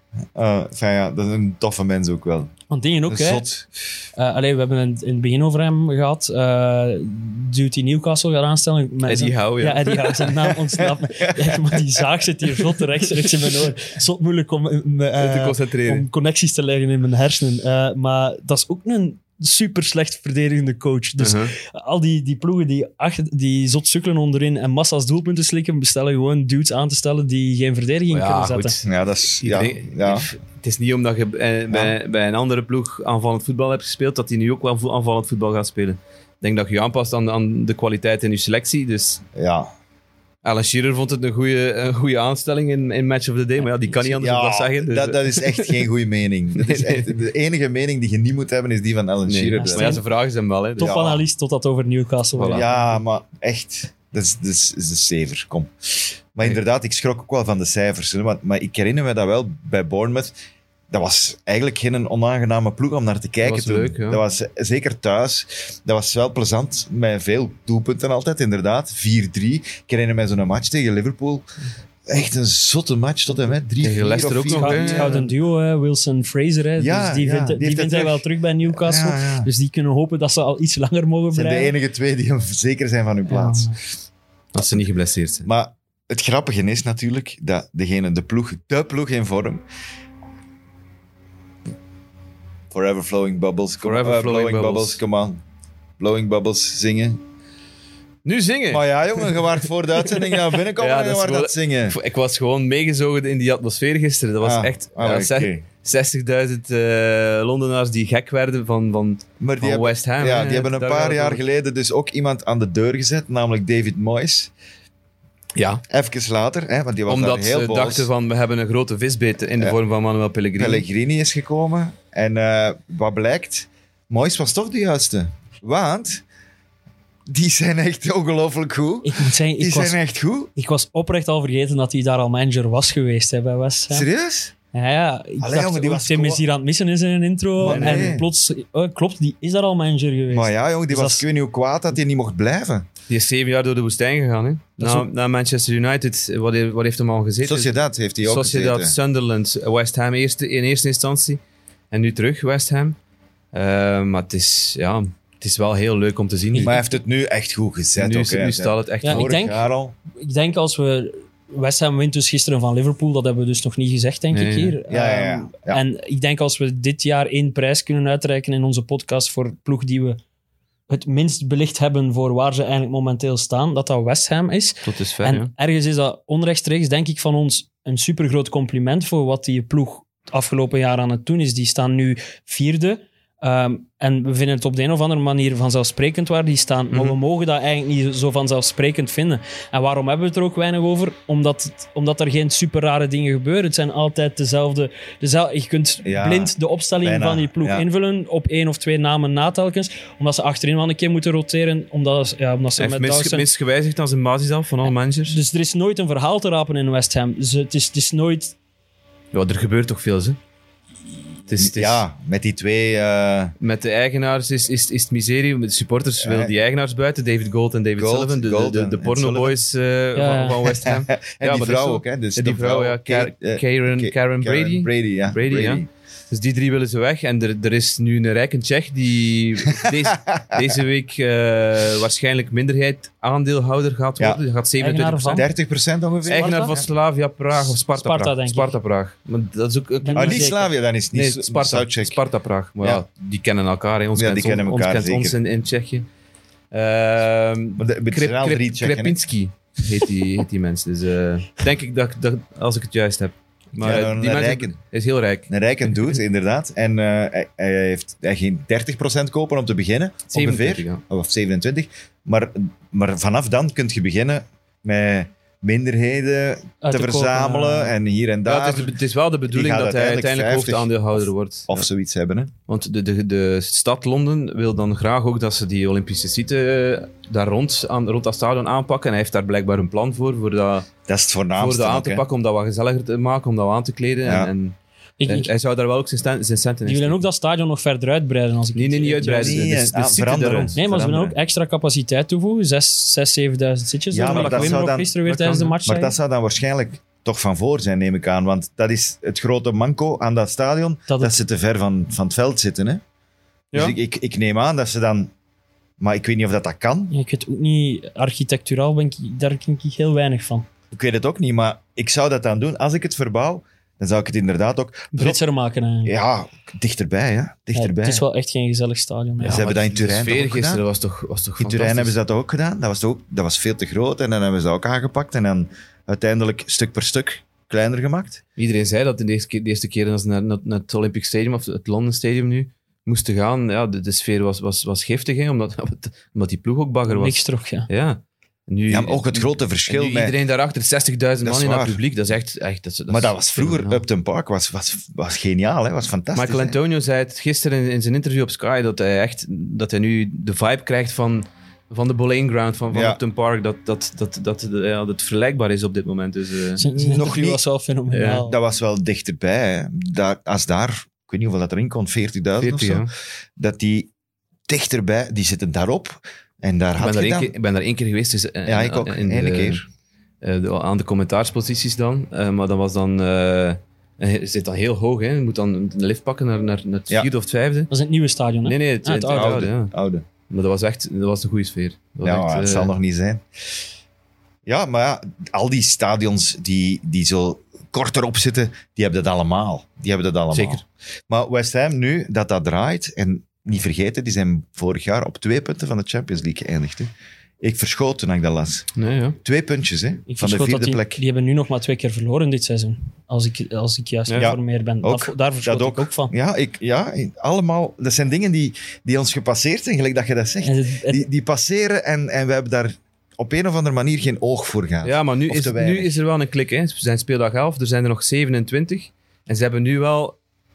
Ja, dat is een toffe mens ook wel. Want dingen ook, hè. Zot. We hebben het in het begin over hem gehad. Dude die Newcastle gaat aanstellen. Eddie Howe, ja. Ja, Eddie Howe, zijn naam ontsnapt me. Echt, maar die zaag zit hier vlot rechtstreeks in mijn oor. Zot moeilijk om te concentreren. Om connecties te leggen in mijn hersenen. Maar dat is ook een super slecht verdedigende coach. Dus al die ploegen die zot sukkelen onderin en massa's doelpunten slikken, bestellen gewoon dudes aan te stellen die geen verdediging kunnen zetten. Goed. Ja, dat is... Het is niet omdat je bij een andere ploeg aanvallend voetbal hebt gespeeld, dat hij nu ook wel aanvallend voetbal gaat spelen. Ik denk dat je je aanpast aan de kwaliteit in je selectie. Dus ja. Alan Shearer vond het een goede aanstelling in Match of the Day, maar ja, die kan niet anders dan dat zeggen. Dus, dat is echt geen goede mening. Dat is echt, de enige mening die je niet moet hebben, is die van Alan Shearer. Maar ja, ze vragen ze hem wel. Hè, dus. Topanalist tot dat over Newcastle. Voilà. Ja, maar echt, dat is de zever, kom. Maar inderdaad, ik schrok ook wel van de cijfers. Hè, maar ik herinner me dat wel bij Bournemouth. Dat was eigenlijk geen onaangename ploeg om naar te kijken. Dat was leuk, ja. Dat was zeker thuis. Dat was wel plezant, met veel doelpunten altijd, inderdaad. 4-3. Ik herinner me zo'n match tegen Liverpool. Echt een zotte match tot en met 3-4 tegen Leicester ook nog. Het gaat een duo, Wilson-Fraser. Ja, dus die vindt hij wel terug bij Newcastle. Ja. Dus die kunnen hopen dat ze al iets langer mogen blijven. Het zijn de enige twee die zeker zijn van hun plaats. Als ze niet geblesseerd zijn. Maar het grappige is natuurlijk dat de ploeg in vorm... Forever Flowing Bubbles. Forever Flowing Bubbles. Come on. Blowing Bubbles, zingen. Nu zingen! Maar ja, jongen, je waart voor de uitzending naar binnen komen en je waart aan het zingen. Ik was gewoon meegezogen in die atmosfeer gisteren. Dat was echt... Okay. 60.000 Londenaars die gek werden van West Ham. Ja, die hebben een paar jaar geleden dus ook iemand aan de deur gezet, namelijk David Moyes. Ja. Even later, hè, want die was omdat daar heel boos. Omdat ze dachten van, we hebben een grote visbeet in de vorm van Manuel Pellegrini. Pellegrini is gekomen. En wat blijkt? Moyes was toch de juiste. Want die zijn echt ongelooflijk goed. Ik moet zeggen, die zijn echt goed. Ik was oprecht al vergeten dat hij daar al manager was geweest bij West Ham. Serieus? Ja, ik dacht, jongen, die was Tim is hier aan het missen in zijn intro. En plots, klopt, die is daar al manager geweest. Maar ja, jongen, die was ik weet niet hoe kwaad dat hij niet mocht blijven. Die is 7 jaar door de woestijn gegaan. Hè? Na Manchester United, wat heeft hem al gezeten? Sociedad heeft hij ook Sociedad, gezeten. Sunderland, West Ham in eerste instantie. En nu terug, West Ham. Maar het is wel heel leuk om te zien. Maar hij heeft het nu echt goed gezet. Nu staat het echt voor. Ik denk als we... West Ham wint dus gisteren van Liverpool. Dat hebben we dus nog niet gezegd, denk ik hier. Ja. En ik denk als we dit jaar 1 prijs kunnen uitreiken in onze podcast voor ploeg die we het minst belicht hebben voor waar ze eigenlijk momenteel staan, dat West Ham is. Tot dusver, en ergens is dat onrechtstreeks, denk ik, van ons een supergroot compliment voor wat die ploeg het afgelopen jaar aan het doen is. Die staan nu 4e. En we vinden het op de een of andere manier vanzelfsprekend waar die staan. Maar we mogen dat eigenlijk niet zo vanzelfsprekend vinden. En waarom hebben we het er ook weinig over? Omdat er geen super rare dingen gebeuren. Het zijn altijd dezelfde. Je kunt blind de opstelling van die ploeg invullen op 1 of 2 namen na telkens. Omdat ze achterin wel een keer moeten roteren. Omdat ze met Dawson... minst gewijzigd aan zijn basis af van alle managers. Dus er is nooit een verhaal te rapen in West Ham. Dus het is nooit... Ja, er gebeurt toch veel, hè? Ja, met die twee... Met de eigenaars is het miserie. Met de supporters willen die eigenaars buiten. David Gold en David Sullivan. De pornoboys van West Ham. En die vrouw ook, hè. Dus die vrouw, Karen Brady. Brady. Dus die 3 willen ze weg. En er is nu een rijke Tsjech die deze week waarschijnlijk minderheid aandeelhouder gaat worden. Die gaat 37% ongeveer. Eigenaar van Slavia Praag of Sparta Praag. Maar dat is ook... niet Slavia, dan is niet Sparta Praag. Maar ja, die kennen elkaar. Ons kent ons in Tsjechië. Krepinski. heet die mens. Dus denk ik dat als ik het juist heb. Maar Ja, die mens is heel rijk. Een rijke dude, inderdaad. En hij ging 30% kopen om te beginnen, 27, ongeveer. ja. Of 27. Maar vanaf dan kun je beginnen met minderheden Uit te te verzamelen kopen, en hier en daar. Ja, het is wel de bedoeling gaat dat hij uiteindelijk 50 hoofdaandeelhouder wordt. Of zoiets hebben. Hè? Want de stad Londen wil dan graag ook dat ze die Olympische site daar rond dat stadion aanpakken. En hij heeft daar blijkbaar een plan voor dat Dat is het voornaamste. voor dat aan ook, te hè. pakken, om dat wat gezelliger te maken, om dat wat aan te kleden. Ja. En Ik- hij zou daar wel ook zijn centen in Die willen ook steken. dat stadion nog verder uitbreiden. Als ik Nee, niet uitbreiden. Nee, de city veranderen. daar rond. Nee, maar ze willen ook veranderen. extra capaciteit toevoegen. 7.000 zitjes. Ja, maar maar dat dat Wim zou ook dan- gisteren weer dat tijdens de kan, match Maar zei. dat zou dan waarschijnlijk toch van voor zijn, neem ik aan. Want dat is het grote manco aan dat stadion, Dat dat, het- ze te ver van het veld zitten. Hè? Dus Ja. ik neem aan dat ze dan... Maar ik weet niet of dat kan. Ja, ik weet ook niet, architecturaal daar ken ik heel weinig van. Ik weet het ook niet, maar ik zou dat dan doen. Als ik het verbouw, dan zou ik het inderdaad ook... Britser maken eigenlijk. Ja, dichterbij, hè. Ja, Dichterbij. het is wel echt geen gezellig stadion. Ja, Ja. ze hebben dat in De Turijn toch sfeer ook gisteren gedaan? was toch In Turijn hebben fantastisch. ze dat ook gedaan. Dat was veel te groot en dan hebben ze dat ook aangepakt en dan uiteindelijk stuk per stuk kleiner gemaakt. Iedereen zei dat de eerste keer dat ze naar het Olympic Stadium, of het London Stadium nu, moesten gaan. Ja, de sfeer was giftig, hè, omdat die ploeg ook bagger was. Niks toch, ja. Ja. Nu, Ja, maar ook het grote en verschil nu met... iedereen daarachter, 60.000 Dat man is in dat waar. publiek, dat is echt... Maar dat was vroeger, fenomenaal. Upton Park was geniaal, hè. Was fantastisch. Michael hè. Antonio zei het gisteren in zijn interview op Sky, dat hij nu de vibe krijgt van de Boleyn Ground, van Ja. Upton Park, dat het vergelijkbaar is op dit moment. Dus, Zijn Nog interview niet. was wel fenomenaal. Dat was wel dichterbij. Hè. Als daar, ik weet niet hoeveel dat erin kon, 40.000 of 40, zo. ja. Dat die dichterbij, die zitten daarop. En daar had je dan... Ik ben daar één keer geweest. Dus, Ja, ik ook. Ene keer. Aan de commentaarsposities dan. Maar dat was dan... je zit dan heel hoog, hè. Je moet dan een lift pakken naar het Ja. vierde of het vijfde. Dat is het nieuwe stadion, hè? Nee, het het oude. oude, ja. Oude. Maar dat was een goede sfeer. Dat was Ja, echt, maar het zal nog niet zijn. Ja, maar ja, al die stadions die zo kort erop zitten, die hebben dat allemaal. Zeker. Maar West Ham nu, dat draait, en niet vergeten, die zijn vorig jaar op 2 punten van de Champions League geëindigd. Hè. Ik verschoot toen ik dat las. Nee, ja. 2 puntjes, hè, Ik van de verschot dat vierde plek. die hebben nu nog maar 2 keer verloren dit seizoen. Als ik juist Ja. geïnformeerd ben. Ook. Daar verschot Dat ik ook van. Ja, allemaal. Dat zijn dingen die ons gepasseerd zijn, gelijk dat je dat zegt. En Die passeren en we hebben daar op een of andere manier geen oog voor gehad. Ja, maar nu Of is, te weinig. nu is er wel een klik. Hè. Ze zijn speeldag 11, er zijn er nog 27. En ze hebben nu wel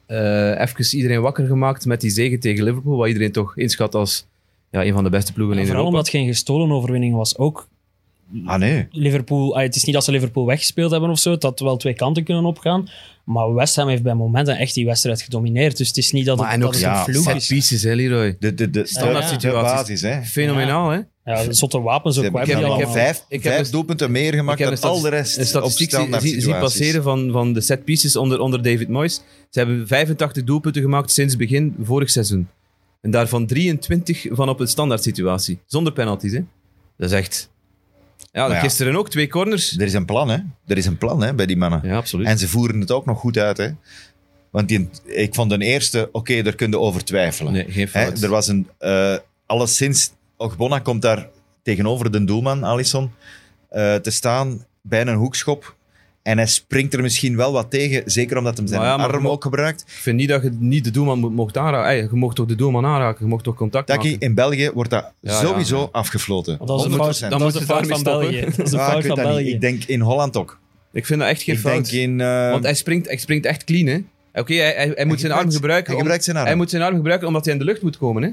even iedereen wakker gemaakt met die zege tegen Liverpool, wat iedereen toch inschat als een van de beste ploegen in vooral Europa. omdat het geen gestolen overwinning was. Ook Ah, nee. Liverpool, het is niet dat ze Liverpool weggespeeld hebben of zo, het had wel 2 kanten kunnen opgaan. Maar West Ham heeft bij momenten echt die wedstrijd gedomineerd. Dus het is niet dat Maar het, en ook dat het ja, een vloek set is. pieces, hè, Leroy. De standaard de situaties. basis, hè. Fenomenaal, hè? Ja, de zotte wapens ook. Ze Wat hebben hebben die allemaal? vijf dus- doelpunten meer gemaakt dan al de rest een op statistiek standaard zien situaties. passeren van de set pieces onder David Moyes. Ze hebben 85 doelpunten gemaakt sinds begin vorig seizoen. En daarvan 23 van op een standaard situatie. Zonder penalties, hè? Dat is echt... Ja, Maar ja. gisteren ook 2 corners. Er is een plan, hè. Er is een plan, hè, bij die mannen. Ja, absoluut. En ze voeren het ook nog goed uit, hè. Want ik vond de eerste, oké, daar kun je over twijfelen. Nee, geen Hè, fout. er was alleszins, Ogbonna komt daar tegenover de doelman, Alisson, te staan bij een hoekschop. En hij springt er misschien wel wat tegen, zeker omdat hij zijn Maar ja, maar arm je ook gebruikt. Ik vind niet dat je niet de doelman mocht aanraken. Ey, je mocht toch de doelman aanraken? Je mocht toch contact Taki, maken? in België wordt dat Ja, sowieso ja. afgefloten. Dat is een 100%. fout, Dan dat is moeten een ze fout daarmee van stoppen. België. Dat is een Ah, ik fout weet van dat niet. België. Ik denk in Holland ook. Ik vind dat echt geen Ik fout. denk in... Want hij springt echt clean, hè? Oké, hij moet zijn arm gebruiken. Hij gebruikt zijn arm. Hij moet zijn arm gebruiken omdat hij in de lucht moet komen, hè?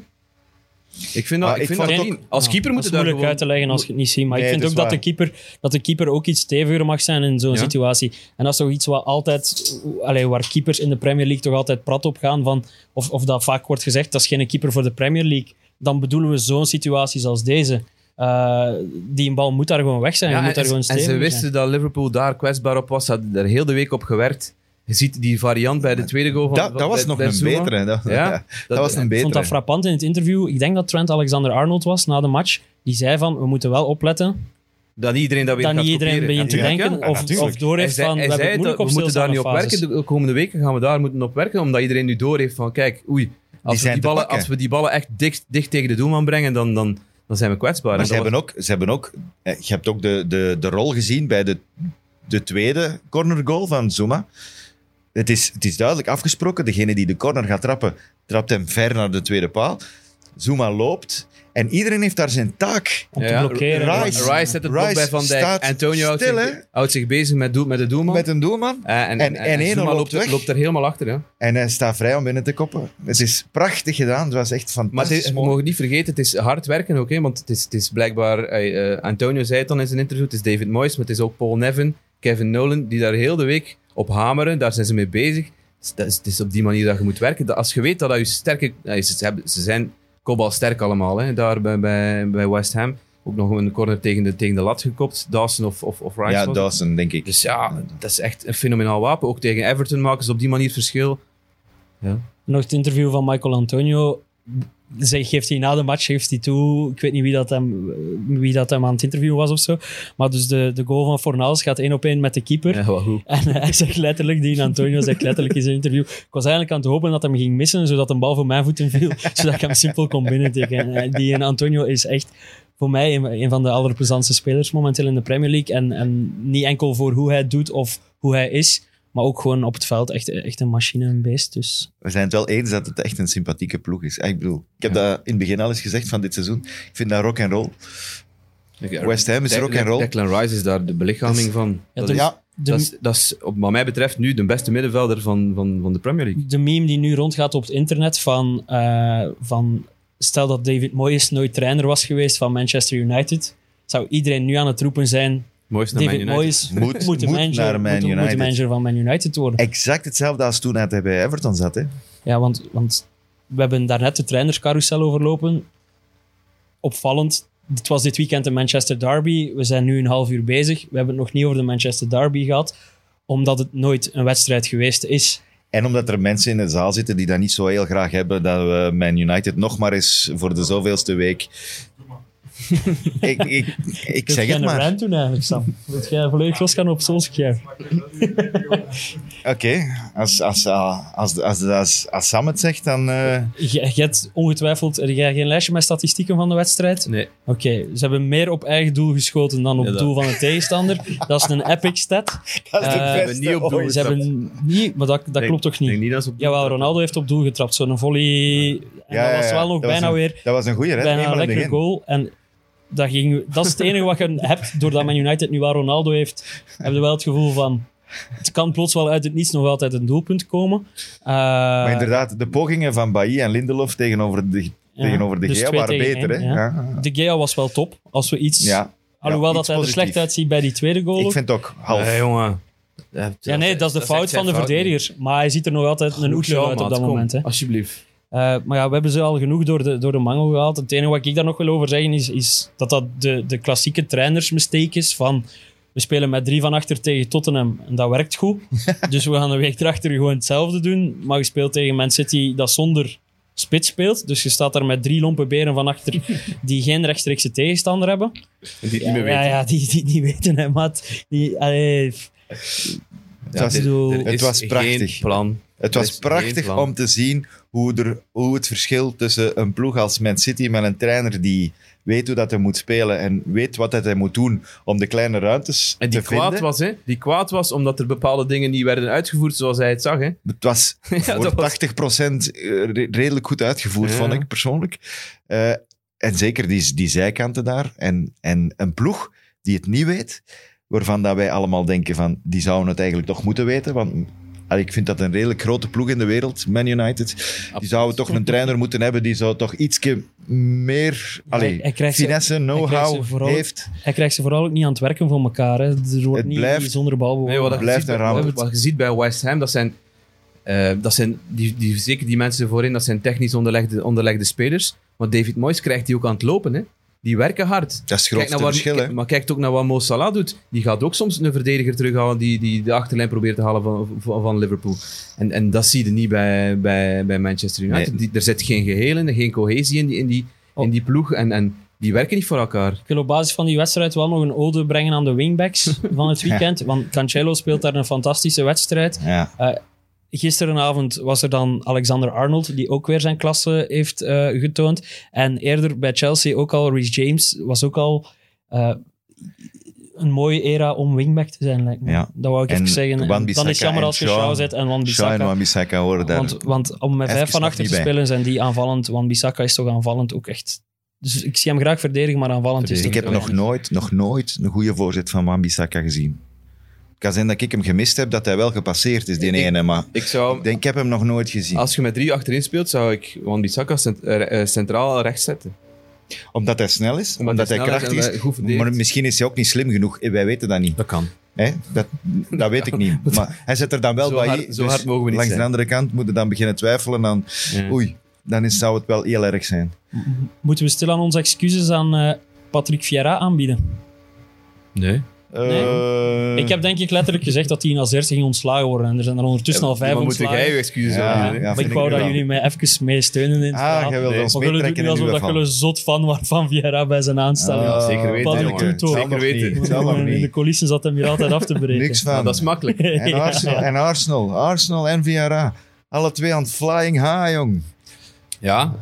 Ik vind dat, Maar ik ik vind vond dat het niet. Als keeper dat moet is je daar moeilijk gewoon... uit te leggen als je het niet ziet. Maar Nee, ik vind dat ook is dat de keeper ook iets steviger mag zijn in zo'n Ja. situatie. En dat is toch iets wat altijd... waar keepers in de Premier League toch altijd prat op gaan van... Of dat vaak wordt gezegd, dat is geen keeper voor de Premier League. Dan bedoelen we zo'n situaties als deze. Die een bal moet daar gewoon weg zijn. Ja, Je moet daar gewoon en stevig ze zijn. wisten dat Liverpool daar kwetsbaar op was. Ze hadden er heel de week op gewerkt. Je ziet die variant bij de tweede goal van Dat was bij- nog bij een Zuma. betere. Dat was een Ik vond dat betere. frappant in het interview. Ik denk dat Trent Alexander-Arnold was na de match. Die zei van, we moeten wel opletten Dat niet iedereen dat weer dat gaat niet iedereen kopiëren. begint te Ja, denken ja, of natuurlijk. doorheeft van, we hebben het moeilijk op we moeten daar niet op stilstaande werken. fases. De komende weken gaan we daar moeten op werken, omdat iedereen nu doorheeft van, kijk, oei, als zijn te pakken. we die ballen echt dicht tegen de doelman brengen, dan dan zijn we kwetsbaar. Maar ze hebben ook... Je hebt ook de rol gezien bij de tweede cornergoal van Zouma. Het is duidelijk afgesproken. Degene die de corner gaat trappen, trapt hem ver naar de tweede paal. Zouma loopt... En iedereen heeft daar zijn taak. Om te blokkeren. Rice zet het blok bij Van Dijk. Antonio houdt zich bezig met de doelman. Met een doelman. En Zouma loopt er helemaal achter. Ja. En hij staat vrij om binnen te koppen. Het is prachtig gedaan. Het was echt fantastisch. Maar we mogen niet vergeten, het is hard werken ook. Hè, want het is blijkbaar... Antonio zei het dan in zijn interview. Het is David Moyes, maar het is ook Paul Nevin, Kevin Nolan, die daar heel de week op hameren. Daar zijn ze mee bezig. Het is op die manier dat je moet werken. Als je weet dat je sterke... Ze zijn... Kopbalsterk allemaal, hè. Daar bij West Ham. Ook nog een corner tegen de lat gekopt. Dawson of Rice. Ja, Dawson, denk ik. Dus ja, dat is echt een fenomenaal wapen. Ook tegen Everton maken ze op die manier het verschil. Ja. Nog het interview van Michael Antonio. Geeft hij na de match toe, ik weet niet wie dat hem aan het interview was of zo, maar dus de goal van Fornals gaat 1-op-1 met de keeper. Ja, wel goed. En hij zegt letterlijk, die Antonio zegt letterlijk in zijn interview, ik was eigenlijk aan het hopen dat hij hem ging missen, zodat een bal voor mijn voeten viel, zodat ik hem simpel kon binnentikken. Die Antonio is echt voor mij een van de allerplezantste spelers momenteel in de Premier League en niet enkel voor hoe hij het doet of hoe hij is, maar ook gewoon op het veld echt een machine, een beest. Dus. We zijn het wel eens dat het echt een sympathieke ploeg is. Ik bedoel, ik heb dat in het begin al eens gezegd van dit seizoen. Ik vind dat rock and roll. West Ham is rock and roll. Declan Rice is daar de belichaming van. Dat is wat mij betreft nu de beste middenvelder van de Premier League. De meme die nu rondgaat op het internet van stel dat David Moyes nooit trainer was geweest van Manchester United, zou iedereen nu aan het roepen zijn... David Moyes moet de manager van Man United worden. Exact hetzelfde als toen hij bij Everton zat. Hè? Ja, want we hebben daarnet de trainerscarousel overlopen. Opvallend. Het was dit weekend de Manchester Derby. We zijn nu een half uur bezig. We hebben het nog niet over de Manchester Derby gehad. Omdat het nooit een wedstrijd geweest is. En omdat er mensen in de zaal zitten die dat niet zo heel graag hebben dat we Man United nog maar eens voor de zoveelste week... ik zeg het maar. Rant doen eigenlijk, Sam. Moet jij volledig losgaan op Solskjaer? Oké. Als Sam het zegt, dan... Je hebt ongetwijfeld... Heb jij geen lijstje met statistieken van de wedstrijd? Nee. Oké. Ze hebben meer op eigen doel geschoten dan op het doel van de tegenstander. Dat is een epic stat. Dat is de beste niet op doel Ze hebben niet... Maar dat klopt toch niet? Jawel, Ronaldo heeft op doel getrapt. Zo'n volley... En dat was wel nog bijna weer... Dat was een goeie, hè? Bijna een lekkere goal. En... Dat is het enige wat je hebt, doordat Man United nu wel Ronaldo heeft, heb je wel het gevoel van, het kan plots wel uit het niets nog altijd een doelpunt komen. Maar inderdaad, de pogingen van Bailly en Lindelof tegenover de dus Gea waren beter. Hè? Ja. De Gea was wel top, als we iets... Ja. Alhoewel dat hij er slecht uitziet bij die tweede goal. Ik vind het ook half. Jongen. Dat is de fout van de verdediger. Maar hij ziet er nog altijd een oetler uit op dat moment. Hè. Alsjeblieft. Maar ja, we hebben ze al genoeg door de mangel gehaald. Het enige wat ik daar nog wil over zeggen is dat de klassieke trainersmistake is van we spelen met 3 van achter tegen Tottenham en dat werkt goed. Dus we gaan de week erachter gewoon hetzelfde doen. Maar je speelt tegen Man City dat zonder spits speelt. Dus je staat daar met 3 lompe beren van achter die geen rechtstreekse tegenstander hebben. En die het niet meer weten. Ja, die niet weten, hè, maat. Het was prachtig. Plan. Het was prachtig om te zien hoe het verschil tussen een ploeg als Man City met een trainer die weet hoe dat hij moet spelen en weet wat hij moet doen om de kleine ruimtes en die te vinden. Was, hè? Die kwaad was omdat er bepaalde dingen niet werden uitgevoerd zoals hij het zag. Hè? Het was voor 80% redelijk goed uitgevoerd, vond ik persoonlijk. En zeker die zijkanten daar. En een ploeg die het niet weet, waarvan dat wij allemaal denken van, die zouden het eigenlijk toch moeten weten, want... Ik vind dat een redelijk grote ploeg in de wereld, Man United. Die zouden toch een trainer moeten hebben die zo toch ietsje meer finesse, know-how heeft. Hij krijgt ze vooral ook niet aan het werken voor elkaar. Hè. Er wordt niet zonder bal bewogen. Het blijft een ramp. Wat je ziet bij West Ham, dat zijn zeker die mensen voorin, dat zijn technisch onderlegde spelers. Maar David Moyes krijgt die ook aan het lopen, hè. Die werken hard. Dat is het grootste verschil. Hè? Maar kijk ook naar wat Mo Salah doet. Die gaat ook soms een verdediger terughalen die de achterlijn probeert te halen van Liverpool. En dat zie je niet bij Manchester United. Nee. Er zit geen geheel in, geen cohesie in die ploeg. En die werken niet voor elkaar. Ik wil op basis van die wedstrijd wel nog een ode brengen aan de wingbacks van het weekend. Want Cancelo speelt daar een fantastische wedstrijd. Ja. gisterenavond was er dan Alexander-Arnold, die ook weer zijn klasse heeft getoond. En eerder bij Chelsea ook al, Reece James was ook al een mooie era om wingback te zijn, lijkt me. Ja. Dat wou ik even zeggen. Dan is het jammer als je Shaw zet en Wan-Bissaka horen daar. Want om met 5 van achter te spelen zijn die aanvallend. Wan-Bissaka is toch aanvallend ook echt... Dus ik zie hem graag verdedigen, maar aanvallend is het. Ik heb nog nooit een goede voorzet van Wan-Bissaka gezien. Het kan zijn dat ik hem gemist heb, dat hij wel gepasseerd is, die ene. Maar ik heb hem nog nooit gezien. Als je met 3 achterin speelt, zou ik Wan-Bissaka centraal rechts zetten. Omdat hij snel is, omdat hij krachtig is. Maar misschien is hij ook niet slim genoeg. Wij weten dat niet. Dat kan. Dat weet ik niet. Maar hij zet er dan wel bij. Zo hard mogen we niet langs zijn. De andere kant moeten dan beginnen twijfelen aan... Oei, dan zou het wel heel erg zijn. Moeten we stilaan onze excuses aan Patrick Vieira aanbieden? Nee. Ik heb denk ik letterlijk gezegd dat hij in Azerse ging ontslagen worden. En er zijn er ondertussen al 5 ontslagen. Moet jij je excuses aanbieden? Maar ik wou dat jullie mij even mee steunen in het verhaal. Jij wilde ons meetrekken in uw dat jullie zot fan waren van Vieira bij zijn aanstelling. Zeker weten. Zeker weten. In de coulissen zat hem hier altijd af te breken. Niks van. Dat is makkelijk. En Arsenal en Vieira. Alle twee aan het flying high, jong. Ja,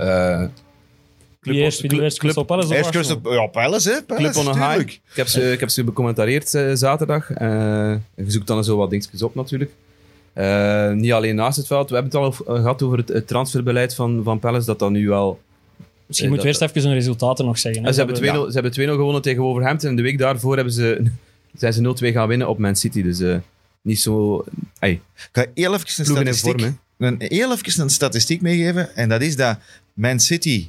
Crystal Palace of Arsenal? Ja, Palace, hè. Club on a high. Ik heb ze becommentarieerd zaterdag. Je zoekt dan zo wat dingetjes op natuurlijk. Niet alleen naast het veld. We hebben het al gehad over het transferbeleid van Palace, dat dan nu wel... Misschien moeten we eerst even hun resultaten nog zeggen. Ze hebben 2-0 gewonnen tegen Wolverhampton en de week daarvoor zijn ze 0-2 gaan winnen op Man City. Dus niet zo... Ik ga heel even een statistiek meegeven. En dat is dat Man City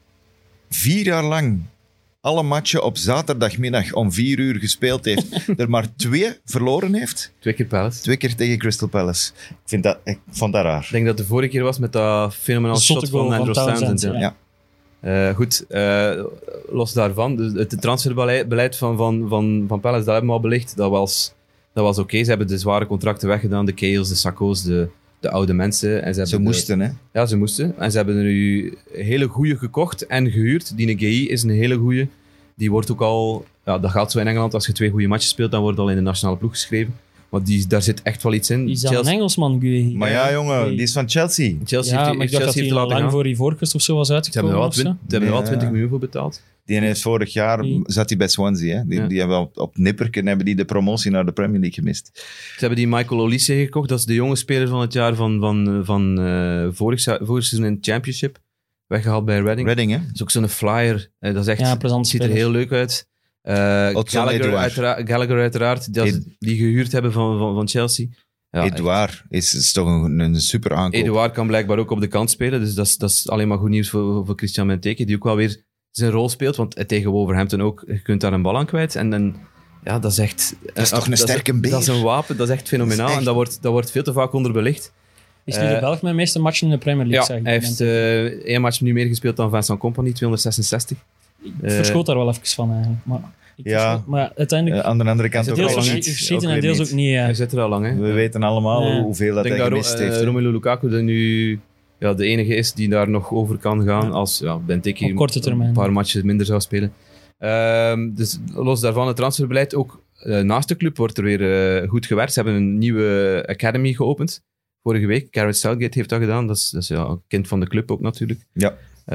4 jaar lang alle matchen op zaterdagmiddag om 4 uur gespeeld heeft. Er maar 2 verloren heeft. 2 keer Palace. 2 keer tegen Crystal Palace. Ik vond dat raar. Ik denk dat de vorige keer was met dat fenomenaal shot van Andrew Townsend. Ja. Goed, los daarvan. Het transferbeleid van Palace, dat hebben we al belicht. Dat was oké. Ze hebben de zware contracten weggedaan. De Cales, de Sakko's, de oude mensen. En ze moesten, hè? Ja, ze moesten. En ze hebben er nu hele goeie gekocht en gehuurd. Die Gueye is een hele goeie. Die wordt ook al... Ja, dat gaat zo in Engeland. Als je 2 goede matches speelt, dan wordt al in de nationale ploeg geschreven. Maar daar zit echt wel iets in. Die is een Engelsman, Gueye. Maar ja, jongen, die is van Chelsea. Maar ik dacht dat hij al lang voor Ivoorkust of zo was uitgekomen. Ze hebben er wel 20 miljoen voor betaald. Die heeft vorig jaar zat hij bij Swansea. Hè? Die hebben op nipperken hebben die de promotie naar de Premier League gemist. Ze hebben die Michael Olise gekocht. Dat is de jonge speler van het jaar van vorig seizoen in het Championship. Weggehaald bij Reading. Reading, hè? Dat is ook zo'n flyer. Dat is echt, ziet er heel leuk uit. Gallagher uiteraard, die gehuurd hebben van Chelsea. Ja, Edouard is toch een super aankoop. Edouard kan blijkbaar ook op de kant spelen. Dus dat is alleen maar goed nieuws voor Christian Benteke, die ook wel weer zijn rol speelt. Want tegen Wolverhampton ook, je kunt daar een bal aan kwijt. En dat is echt... Dat is toch een sterke beer. Dat is een wapen, dat is echt fenomenaal. Echt... En dat wordt veel te vaak onderbelicht. Is nu de Belg met de meeste matchen in de Premier League? Ja, hij heeft 1 match nu meer gespeeld dan Vincent Kompany, 266. Ik verschoot daar wel even van eigenlijk. Maar uiteindelijk... aan de andere kant ook al lang niet. Verschieten en deels ook niet. Hij zit er al lang. Hè? We weten allemaal hoeveel dat hij gemist heeft. Romelu Lukaku die nu de enige is die daar nog over kan gaan als Benteke op korte termijn een paar matches minder zou spelen. Dus los daarvan, het transferbeleid ook naast de club wordt er weer goed gewerkt. Ze hebben een nieuwe academy geopend. Vorige week, Gareth Southgate heeft dat gedaan. Dat is een kind van de club ook natuurlijk. Ja.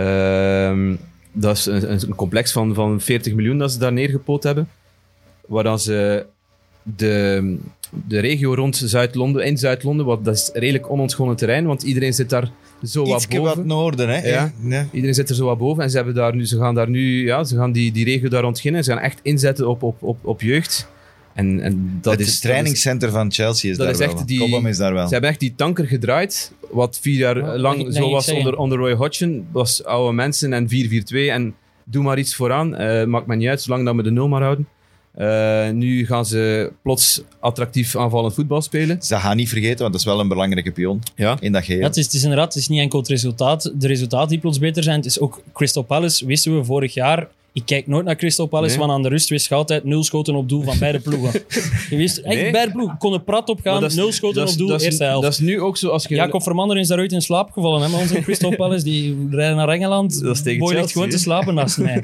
Dat is een complex van 40 miljoen dat ze daar neergepoot hebben. Waar dan ze de regio rond Zuid-Londen, in Zuid-Londen, dat is redelijk onontgonnen terrein, want iedereen zit daar zo wat boven. Iets wat noorden, hè? Ja. Iedereen zit er zo wat boven en ze gaan die regio daar ontginnen. Ze gaan echt inzetten op jeugd. En dat het trainingscenter van Chelsea is daar wel. Cobham is daar wel. Ze hebben echt die tanker gedraaid, wat 4 jaar lang zo was onder Roy Hodgson. Was oude mensen en 4-4-2 en doe maar iets vooraan. Maakt me niet uit, zolang dat we de 0 maar houden. Nu gaan ze plots attractief aanvallend voetbal spelen. Ze gaan niet vergeten, want dat is wel een belangrijke pion in dat geheel. Ja, het is inderdaad, het is niet enkel het resultaat. De resultaten die plots beter zijn. Het is ook Crystal Palace, wisten we vorig jaar. Ik kijk nooit naar Crystal Palace, want aan de rust wist je altijd 0 schoten op doel van beide ploegen. Je wist, beide ploegen konden prat opgaan, 0 schoten op doel, eerste helft. Dat is nu ook zo als je... Jacob Vermander is daaruit in slaap gevallen, hè, maar onze Crystal Palace, die rijden naar Engeland, Boy ligt gewoon te slapen naast mij.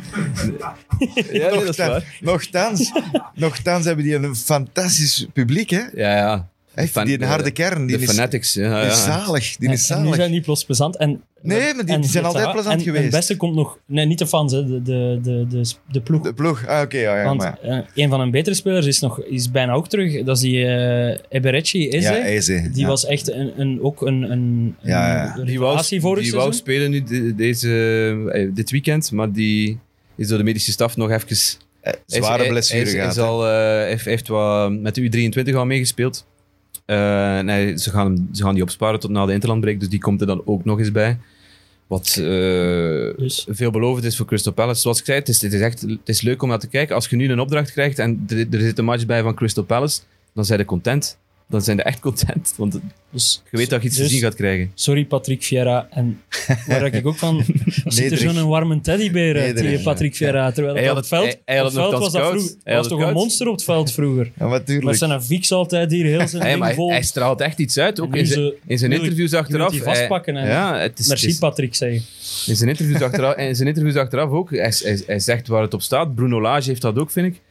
Ja, dat is waar. Nochtans hebben die een fantastisch publiek, hè? Ja. Echt, die harde kern. Die de Fanatics. Die is zalig. Die is En nu zalig. zijn die plots plezant. Nee, maar die zijn altijd plezant geweest. En het beste komt nog... Nee, niet de fans, hè, de ploeg. De ploeg, oké. Want een van hun betere spelers is bijna ook terug. Dat is die Eberechi, Eze. Ja, Eze. Die was echt ook een revelatie vorig die seizoen. wou spelen nu dit weekend, maar die is door de medische staf nog even... Zware blessure gehad. Hij heeft wat met de U23 al meegespeeld. Nee, ze gaan die opsparen tot na de interlandbreak, dus die komt er dan ook nog eens bij. Wat dus veelbelovend is voor Crystal Palace. Zoals ik zei, het is leuk om naar te kijken. Als je nu een opdracht krijgt en er zit een match bij van Crystal Palace, dan zijn ze content. Dan zijn ze echt content, want dus, je weet dat je iets te zien gaat krijgen. Sorry, Patrick Vieira. En waar ik ook van... Zit er zo'n warme teddybeer uit, die Patrick Vieira. Terwijl op het veld, hij was toch een monster op het veld vroeger. Ja, natuurlijk. Maar zijn fix altijd hier heel zijn ding vol. Hij straalt echt iets uit, ook in zijn interviews achteraf. Die vastpakken. Merci, Patrick, zei je. In zijn interviews achteraf ook. Hij zegt waar het op staat. Bruno Lage heeft dat ook, vind ik.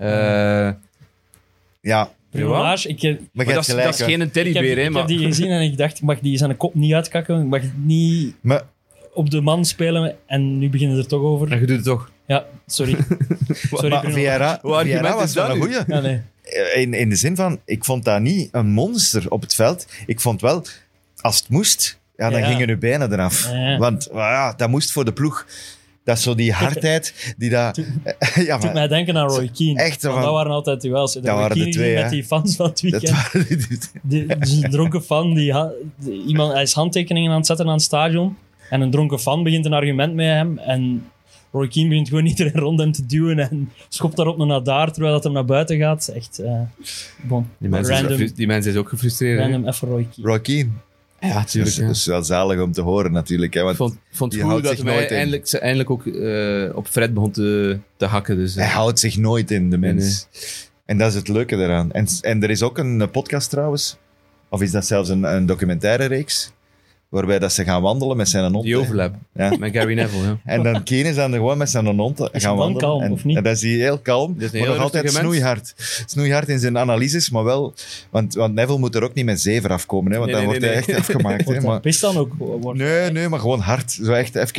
Ja. Maar dat is geen teddybeer, hè? Ik heb die gezien en ik dacht, ik mag die zijn kop niet uitkakken. Ik mag niet op de man spelen. En nu beginnen we er toch over. En je doet het toch? Ja, sorry. Maar Vieira was wel een goeie. Ja, nee. In de zin van, ik vond dat niet een monster op het veld. Ik vond wel, als het moest, dan gingen nu bijna eraf. Ja. Want dat moest voor de ploeg. Dat is zo die hardheid die dat... Het doet mij denken aan Roy Keane. Echt, want dat waren altijd duels. Dat waren de twee, met die fans van het weekend. Een dronken fan, hij is handtekeningen aan het zetten aan het stadion. En een dronken fan begint een argument met hem. En Roy Keane begint gewoon iedereen rond hem te duwen. En schopt daarop naar daar, terwijl dat hem naar buiten gaat. Echt... bon. Die mensen is ook gefrustreerd. Random even Roy Keane. Roy Keane. Ja, natuurlijk. Dat is wel zalig om te horen, natuurlijk. Hè, want ik vond het goed dat hij eindelijk ook op Fred begon te hakken. Dus, hij houdt zich nooit in, de mens. Nee. En dat is het leuke eraan. En er is ook een podcast trouwens, of is dat zelfs een documentaire reeks, waarbij dat ze gaan wandelen met zijn hond. Die overlap. Ja. Met Gary Neville, ja. En dan Keane is dan gewoon met zijn hond gaan wandelen. Kalm, of niet? En dat is hij heel kalm, maar nog altijd snoeihard. Snoeihard in zijn analyses, maar wel... Want Neville moet er ook niet met zever afkomen, hè, want dan wordt hij echt afgemaakt. Wordt maar pist dan ook? Nee, maar gewoon hard. Zo echt even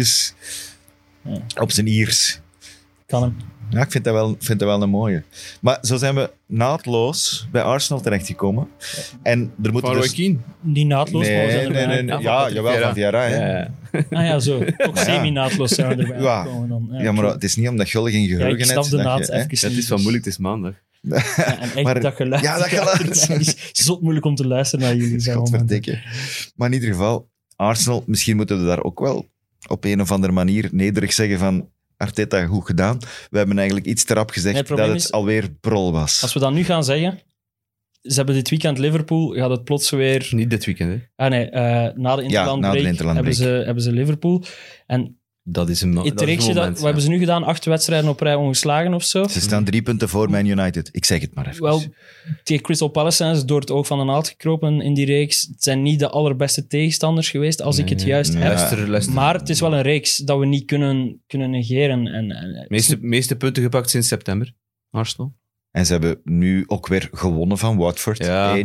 op zijn Iers. Kan hem. Ja, ik vind dat wel een mooie. Maar zo zijn we naadloos bij Arsenal terechtgekomen. En er moet van Roy Keane? Niet naadloos, maar we zijn erbij. Nee. Ja, jawel, van Vieira. Ja. Ja, zo. Toch semi-naadloos zijn we erbij gekomen dan. Ja, maar het is niet omdat je geen geheugen hebt. Ik snap de naad even niet. Het is van moeilijk, het is maandag. Ja, en echt maar, dat geluid. Ja, dat geluid. Het is zot moeilijk om te luisteren naar jullie. Godverdikke. Maar in ieder geval, Arsenal, misschien moeten we daar ook wel op een of andere manier nederig zeggen van... Arteta, goed gedaan. We hebben eigenlijk iets te rap gezegd dat het alweer brol was. Als we dat nu gaan zeggen... Ze hebben dit weekend Liverpool, gaat het plots weer... Niet dit weekend, hè? Ah nee, na de interlandbreak hebben ze Liverpool. En dat is een moment. Wat hebben ze nu gedaan? 8 wedstrijden op rij ongeslagen of zo? Ze staan 3 punten voor Man United. Ik zeg het maar even. Wel, tegen Crystal Palace zijn ze door het oog van de naald gekropen in die reeks. Het zijn niet de allerbeste tegenstanders geweest, als ik het juist heb. Luister. Maar het is wel een reeks dat we niet kunnen negeren. Meeste punten gepakt sinds september, Arsenal. En ze hebben nu ook weer gewonnen van Watford. 1-0.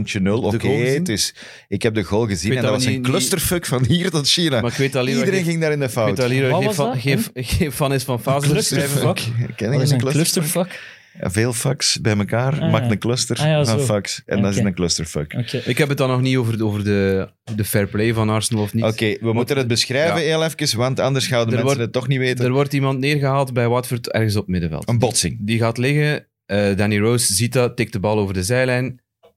Oké, ik heb de goal gezien en dat was een clusterfuck van hier tot China. Maar ik weet iedereen ging daar in de fout. Geen fan is van fase. Clusterfuck? Wat is een clusterfuck? Ja, veel fucks bij elkaar maakt een cluster van fucks. En dat is een clusterfuck. Ik heb het dan nog niet over de fair play van Arsenal of niet. Oké, we moeten het beschrijven heel even, want anders gaan de mensen het toch niet weten. Er wordt iemand neergehaald bij Watford ergens op het middenveld. Een botsing. Die gaat liggen... Danny Rose ziet dat, tikt de bal over de zijlijn,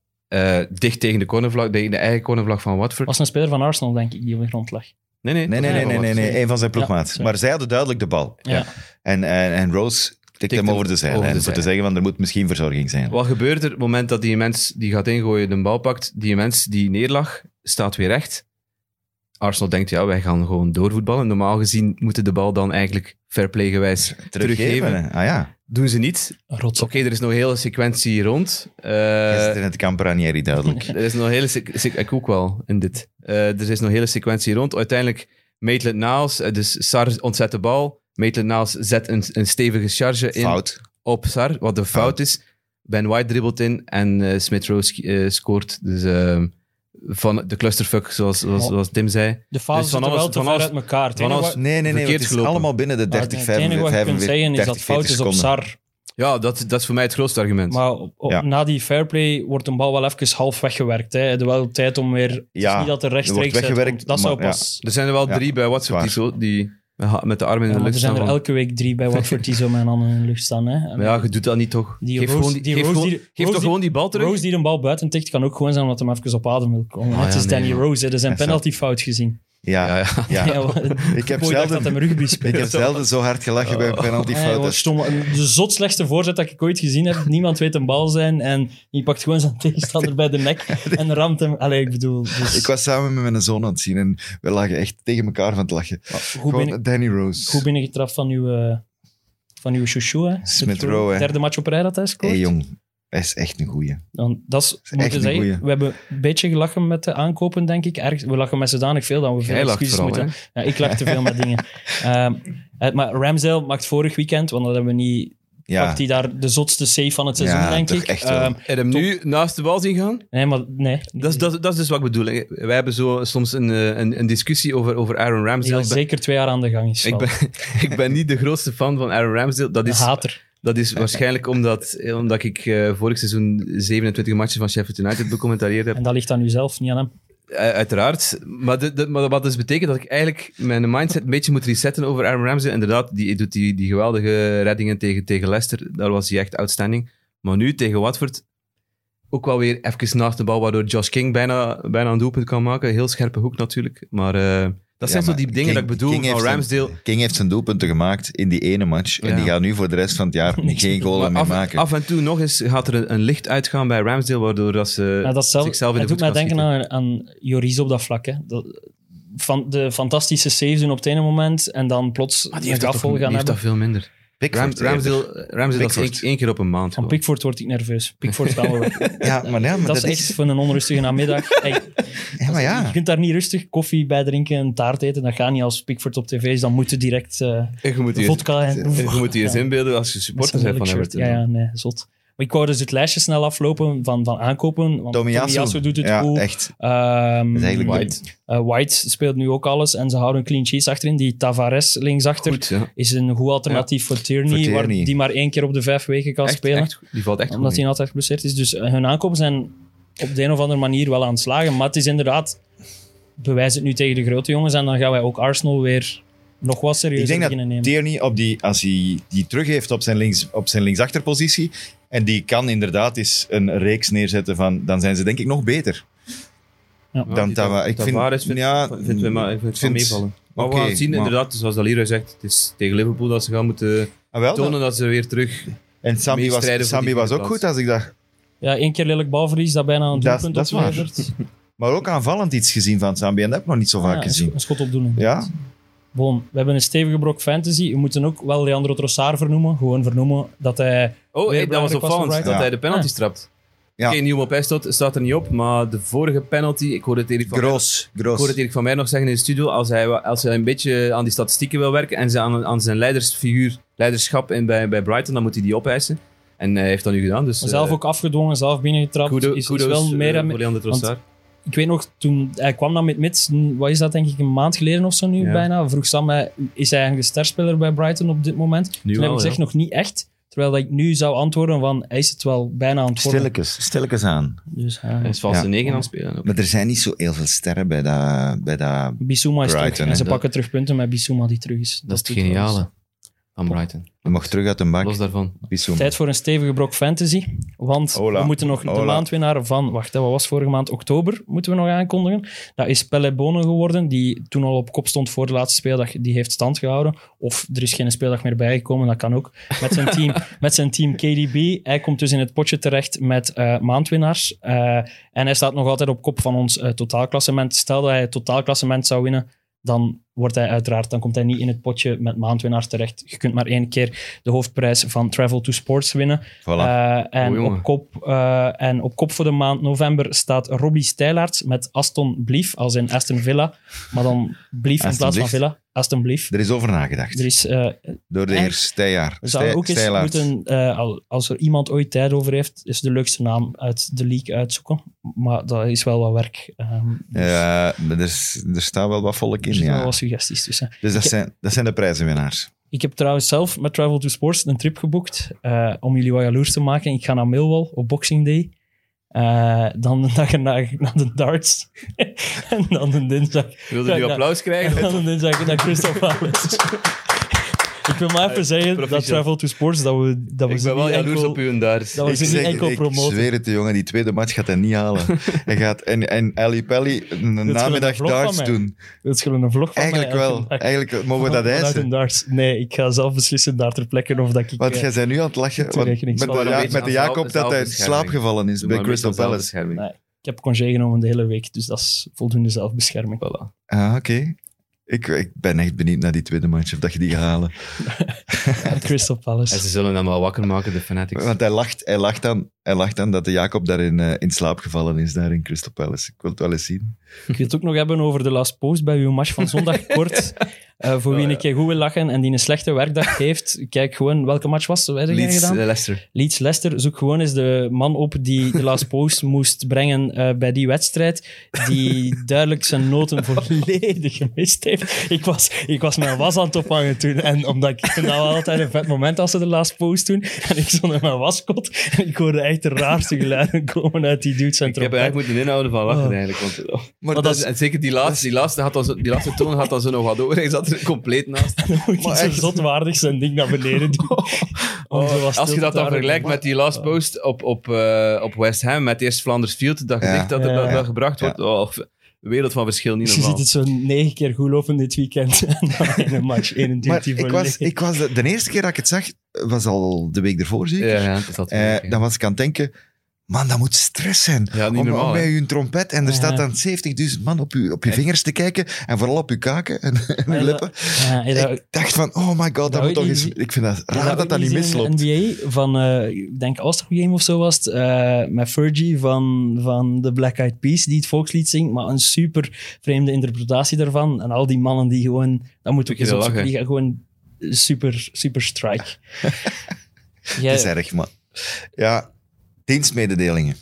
dicht tegen de eigen cornervlag van Watford. Was een speler van Arsenal, denk ik, die op de grond lag. Nee, een van zijn ploegmaat. Maar zij hadden duidelijk de bal. Ja. En Rose tikte hem over de zijlijn, voor te zeggen, van er moet misschien verzorging zijn. Wat gebeurt er op het moment dat die mens die gaat ingooien de bal pakt, die mens die neerlag, staat weer recht. Arsenal denkt, wij gaan gewoon doorvoetballen. Normaal gezien moeten de bal dan eigenlijk fairplay-gewijs teruggeven. Ah ja. Doen ze niet. Oké, er is nog een hele sequentie rond. Je zit in het Campranieri, duidelijk. Er is nog een hele ik ook wel in dit. Er is nog een hele sequentie rond. Uiteindelijk Maitland-Niles, dus Sar ontzet de bal. Maitland-Niles zet een stevige charge in op Sar, wat de fout is. Ben White dribbelt in en Smith Rowe scoort. Dus van de clusterfuck, zoals Tim zei. De fase zit er wel te ver uit elkaar. Nee, het is allemaal binnen de 30, 45 seconden. Het enige wat je kunt zeggen is dat fout is op Sar. Ja, dat is voor mij het grootste argument. Maar na die fairplay wordt een bal wel even half weggewerkt. Hè. Er is wel tijd om weer... Het is niet dat er rechtstreeks weggewerkt. Dat zou pas... Er zijn er wel 3 bij Watford die met de armen in de lucht staan. Er zijn er elke week 3 bij Watford die zo met een handen in de lucht staan. Hè. Maar je doet dat niet toch? Geef toch gewoon die bal terug? Rose die een bal buiten tikt kan ook gewoon zijn omdat hij hem even op adem wil komen. Het is Danny Rose. Er zijn penaltyfout gezien. Ja. Ik heb zelden zo hard gelachen bij een penaltyfout. De zot slechtste voorzet dat ik ooit gezien heb. Niemand weet een bal zijn en die pakt gewoon zijn tegenstander bij de nek en ramt hem. Allee, ik bedoel... Dus... Ik was samen met mijn zoon aan het zien en we lagen echt tegen elkaar van het lachen. Danny Rose. Goed binnengetrapt van uw chouchou, hè? Smith Rowe. Derde match op rij dat hij scoort. Jong. Hij is echt een goeie. Dat is moeten zeggen. We hebben een beetje gelachen met de aankopen, denk ik. We lachen met zodanig veel dat we veel excuses moeten... Ja, ik lach te veel met dingen. Maar Ramsdale maakt vorig weekend, want dat hebben we niet... Pakt hij daar de zotste save van het seizoen, denk ik. Heb je hem nu naast de bal zien gaan? Nee. Dat is dus wat ik bedoel. Wij hebben zo soms een discussie over Aaron Ramsdale. Die al zeker 2 jaar aan de gang is. Ik ben niet de grootste fan van Aaron Ramsdale. Een hater. Dat is waarschijnlijk omdat ik vorig seizoen 27 matchen van Sheffield United becommentarieerd heb. En dat ligt aan u zelf, niet aan hem. Uiteraard. Maar wat dus betekent dat ik eigenlijk mijn mindset een beetje moet resetten over Aaron Ramsdale. Inderdaad, die doet die geweldige reddingen tegen Leicester. Daar was hij echt outstanding. Maar nu tegen Watford ook wel weer even naast de bal, waardoor Josh King bijna een doelpunt kan maken. Heel scherpe hoek natuurlijk. Maar dat zijn zo die dingen dat ik bedoel van Ramsdale. King heeft zijn doelpunten gemaakt in die ene match. En die gaat nu voor de rest van het jaar geen goalen meer maken. Af en toe nog eens gaat er een licht uitgaan bij Ramsdale, waardoor dat ze zichzelf in de voet gaan schieten. Het doet mij denken aan Lloris op dat vlak. Hè. Van de fantastische saves doen op het ene moment en dan plots een gaffel gaan hebben. Die heeft dat veel minder. Ramsdale dat 1 keer op een maand. Van Pickford word ik nerveus. Pickford gaan we weg. maar dat is echt voor een onrustige namiddag. Je kunt daar niet rustig koffie bij drinken en taart eten. Dat gaat niet als Pickford op tv is. Dan moet je direct vodka... Je moet je eens inbeelden als je supporter bent van Everton. Ja, nee, zot. Maar ik wou dus het lijstje snel aflopen van aankopen. Want Tomiyasu doet het goed. Echt. White speelt nu ook alles en ze houden een clean sheet achterin. Die Tavares linksachter is een goed alternatief voor Tierney, waar die maar 1 keer op de 5 weken kan spelen. Die valt echt omdat hij altijd geblesseerd is. Dus hun aankopen zijn op de een of andere manier wel aan het slagen. Maar het is inderdaad, bewijs het nu tegen de grote jongens en dan gaan wij ook Arsenal weer nog wat serieuzer beginnen nemen. Ik denk dat Tierney, als hij die terug heeft op zijn linksachterpositie, en die kan inderdaad eens een reeks neerzetten dan zijn ze denk ik nog beter. Ja. Dan ik vind meevallen. Maar we gaan zien, inderdaad, zoals Leroy zegt, het is tegen Liverpool dat ze gaan moeten tonen dat ze weer terug. En Sambi was ook goed, als ik dacht. Ja, 1 keer lelijk balverlies, dat bijna een doelpunt oplevert. Maar ook aanvallend iets gezien van Sambi, en dat heb ik nog niet zo vaak gezien. Een schot op doel. Ja. Bon, we hebben een stevige brok fantasy. We moeten ook wel Leandro Trossard vernoemen. Dat hij dat was opvallend, dat hij de penalty trapt. Ja. Geen nieuw op hij staat er niet op, maar de vorige penalty, ik hoorde het Erik van mij nog zeggen in de studio, als hij een beetje aan die statistieken wil werken en aan zijn leiderschap bij Brighton, dan moet hij die opeisen. En hij heeft dat nu gedaan. Dus, zelf ook afgedwongen, zelf binnengetrapt. Kudos wel meer voor Leandro Trossard. Ik weet nog, toen hij kwam dan met Mits, wat is dat denk ik, een maand geleden of zo nu bijna, vroeg Sam mij, is hij eigenlijk een sterspeler bij Brighton op dit moment? Toen heb ik gezegd, nog niet echt. Terwijl ik nu zou antwoorden van, hij is het wel bijna aan het worden. Stilletjes aan. Dus, hij is valse 9 aan het spelen. Ook. Maar er zijn niet zo heel veel sterren bij dat Bissouma is Brighton, terug. En ze pakken terug punten met Bissouma die terug is. Dat is het geniale van Brighton. Je mag terug uit de bak. Los daarvan. Bissouma. Tijd voor een stevige brok fantasy. Want we moeten nog de maandwinnaar van... Wacht, wat was vorige maand? Oktober moeten we nog aankondigen. Dat is Pelle Bonen geworden, die toen al op kop stond voor de laatste speeldag. Die heeft stand gehouden. Of er is geen speeldag meer bijgekomen, dat kan ook. Met zijn team KDB. Hij komt dus in het potje terecht met maandwinnaars. En hij staat nog altijd op kop van ons totaalklassement. Stel dat hij het totaalklassement zou winnen, dan komt hij niet in het potje met maandwinnaars terecht. Je kunt maar 1 keer de hoofdprijs van Travel to Sports winnen. Voilà. En op kop voor de maand november staat Robbie Stijlaerts met Aston Blief, als in Aston Villa. Maar dan Blief in plaats van Villa. alstublieft. Er is over nagedacht. Er is... Door de heer Steyaar. We zouden ook eens moeten, als er iemand ooit tijd over heeft, is de leukste naam uit de league uitzoeken. Maar dat is wel wat werk. Ja, er staat wel wat volk in. Er zijn ja. wel wat suggesties tussen. Dus dat zijn de prijzenwinnaars. Ik heb trouwens zelf met Travel to Sports een trip geboekt om jullie wat jaloers te maken. Ik ga naar Millwall op Boxing Day. Dan de dag naar de darts. En dan de dinsdag... Wilde je applaus krijgen? En dan de dinsdag naar Crystal Palace. Ik wil maar even zeggen dat Travel to Sports, dat we ik ben wel jaloers op u en daar. Dat we ze niet enkel promoten. Ik zweer het, jongen, die tweede match gaat hij niet halen. Hij gaat en Ali Pelli een namiddag darts doen. Wil je een vlog van Eigenlijk mij? wel. Eigenlijk mogen we dat eisen. Nee, ik ga zelf beslissen daar ter plekke of dat ik... Want jij bent nu aan het lachen met de Jacob dat hij in slaap gevallen is bij Crystal Palace. Nee, ik heb congé genomen de hele week, dus dat is voldoende zelfbescherming. Voilà. Ah, oké. Ik ben echt benieuwd naar die tweede match, of dat je die gaat halen. Crystal Palace. En ze zullen hem wel wakker maken, de Fanatics. Want hij lacht dan dat de Jacob daar in slaap gevallen is, daar in Crystal Palace. Ik wil het wel eens zien. Ik wil het ook nog hebben over de last post bij uw match van zondag kort. Voor wie een keer goed wil lachen en die een slechte werkdag heeft, kijk gewoon, welke match was het? Leeds-Leicester. Zoek gewoon eens de man op die de last post moest brengen bij die wedstrijd, die duidelijk zijn noten volledig gemist heeft. Ik was mijn was aan het ophangen toen, en omdat ik vind dat wel altijd een vet moment als ze de last post doen, en ik stond in mijn waskot, en ik hoorde echt de raarste geluiden komen uit die dudes. Ik heb er eigenlijk moeten inhouden van lachen, eigenlijk. Want, en zeker die laatste toon had dan zo nog wat over. Hij zat er compleet naast. Dan moet je zo zotwaardig zijn ding naar beneden doen. Als je dat dan vergelijkt met die last post op West Ham, met eerst Flanders Field, dat gedicht dat gebracht wordt, wereld van verschil, niet normaal. Je ziet het zo 9 keer goed lopen dit weekend en dan in een match 21 maar de eerste keer dat ik het zag, was al de week ervoor zeker. Ja, dat is dan was ik aan het denken, man, dat moet stress zijn. Ja, niet normaal, om bij je trompet en er staat dan 70.000 man op je vingers te kijken en vooral op je kaken en je lippen. Ik dacht van, oh my god, dat moet toch eens... Ik vind dat raar dat niet misloopt. NBA van, ik denk All-Star Game of zo was het, met Fergie van de Black Eyed Peas, die het volkslied zingt, maar een super vreemde interpretatie daarvan. En al die mannen die gewoon... Dat moet ook eens opzoeken. Die gaan gewoon super strike. Het is erg, man. Ja... Dienstmededelingen.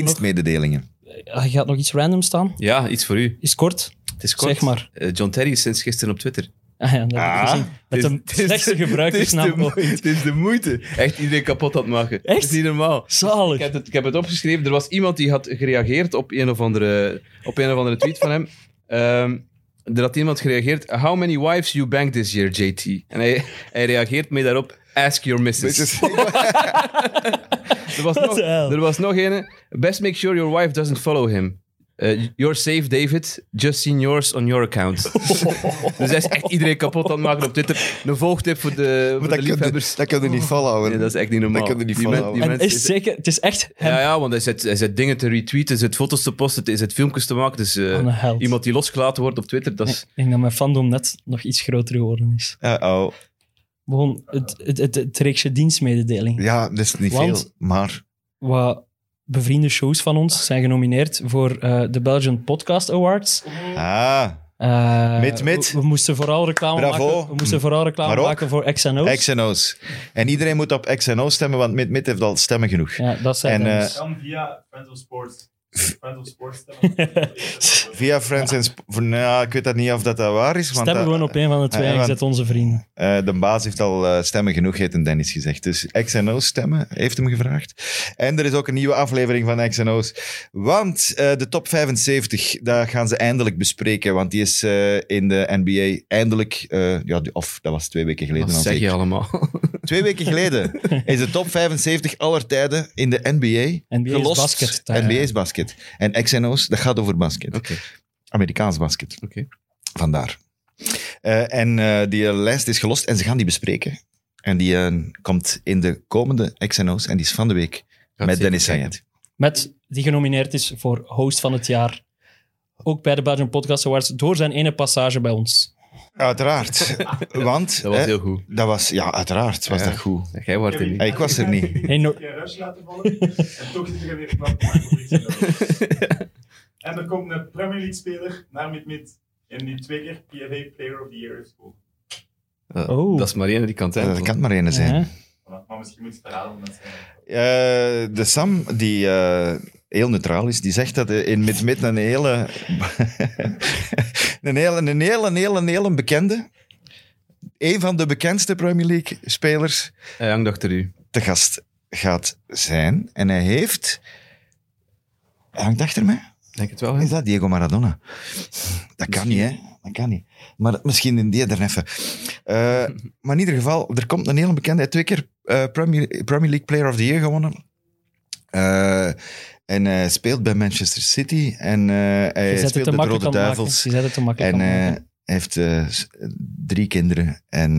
Je gaat nog iets random staan? Ja, iets voor u. Is kort? Het is kort. Zeg maar. John Terry is sinds gisteren op Twitter. Dat heb ik gezien. Met de slechtste gebruikersnaam ooit. Het is de moeite. Echt iedereen kapot aan het maken. Echt? Het is niet normaal. Zalig. Ik heb het opgeschreven. Er was iemand die had gereageerd op een of andere tweet van hem. Er had iemand gereageerd. How many wives you banged this year, JT? En hij reageert mee daarop. Ask your missus. Er was nog een. Best make sure your wife doesn't follow him. You're safe, David. Just seen yours on your account. Dus hij is echt iedereen kapot aan het maken op Twitter. Een volgtip voor de liefhebbers. Dat kan je niet volhouden. Nee, dat is echt niet normaal. Dat kan je niet volhouden. En is zeker, het is echt hem. Ja, want hij zet dingen te retweeten, hij zet foto's te posten, hij zet filmpjes te maken. Dus iemand die losgelaten wordt op Twitter, dat is... Ik denk dat mijn fandom net nog iets groter geworden is. Gewoon het reeksje dienstmededeling. Ja, dat is niet veel, maar... Wat bevriende shows van ons zijn genomineerd voor de Belgian Podcast Awards. We moesten vooral reclame maken. We moesten vooral reclame maken voor XNO's. XNO's. En iedereen moet op XNO stemmen, want Mit heeft al stemmen genoeg. Ja, dat zijn kan via Friends of Sports. Via Friends and Sports. Ik weet dat niet of dat waar is. Stemmen gewoon op een van de twee en zet onze vrienden. De baas heeft al stemmen genoeg, heeft Dennis gezegd. Dus XNO's stemmen, heeft hem gevraagd. En er is ook een nieuwe aflevering van XNO's. Want de top 75, daar gaan ze eindelijk bespreken. Want die is in de NBA eindelijk... of dat was 2 weken geleden. Dat zeg je allemaal. 2 weken geleden is de top 75 aller tijden in de NBA gelost. Basket. NBA is basket. En XNO's, dat gaat over basket. Okay. Amerikaans basket. Okay. Vandaar. Die lijst is gelost en ze gaan die bespreken. En die komt in de komende XNO's en die is van de week met Dennis Sayed. Die genomineerd is voor host van het jaar. Ook bij de Belgian Podcast Awards, door zijn ene passage bij ons. Uiteraard. Want... Dat was heel goed. Uiteraard was dat goed. Jij was er niet. Ik was er niet. Ik heb een rush laten vallen en toch zit er weer knap. En er komt een Premier League speler naar Mit En die 2 keer PFA Player of the Year heeft gewonnen. Dat is maar één die kan zijn. Dat kan maar één zijn. Ja. Voilà, maar misschien moet je het verhalen. De Sam, die heel neutraal is, die zegt dat met een hele... een hele bekende... Een van de bekendste Premier League-spelers... Hij hangt achter u. ...te gast gaat zijn. En hij heeft... Hij hangt achter mij? Denk het wel, hè? Is dat Diego Maradona? Dat kan niet, hè? Dat kan niet. Maar misschien in die er even. Maar in ieder geval, er komt een hele bekende... Hij heeft 2 keer Premier League Player of the Year gewonnen. En hij speelt bij Manchester City. En hij speelt bij de Rode Duivels. En hij heeft 3 kinderen. En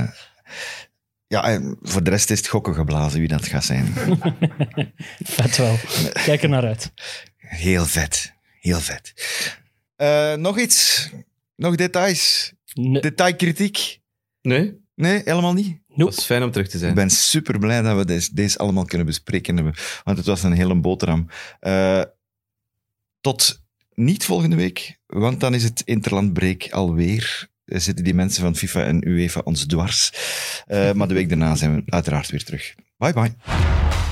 en voor de rest is het gokken geblazen wie dat gaat zijn. Vet wel. Kijk er naar uit. Heel vet. Heel vet. Nog iets? Nog details? Nee. Detailkritiek? Nee? Nee, helemaal niet. Dat is fijn om terug te zijn. Ik ben super blij dat we deze allemaal kunnen bespreken hebben. Want het was een hele boterham. Tot niet volgende week, want dan is het interlandbreak alweer. Zitten die mensen van FIFA en UEFA ons dwars. Maar de week daarna zijn we uiteraard weer terug. Bye bye.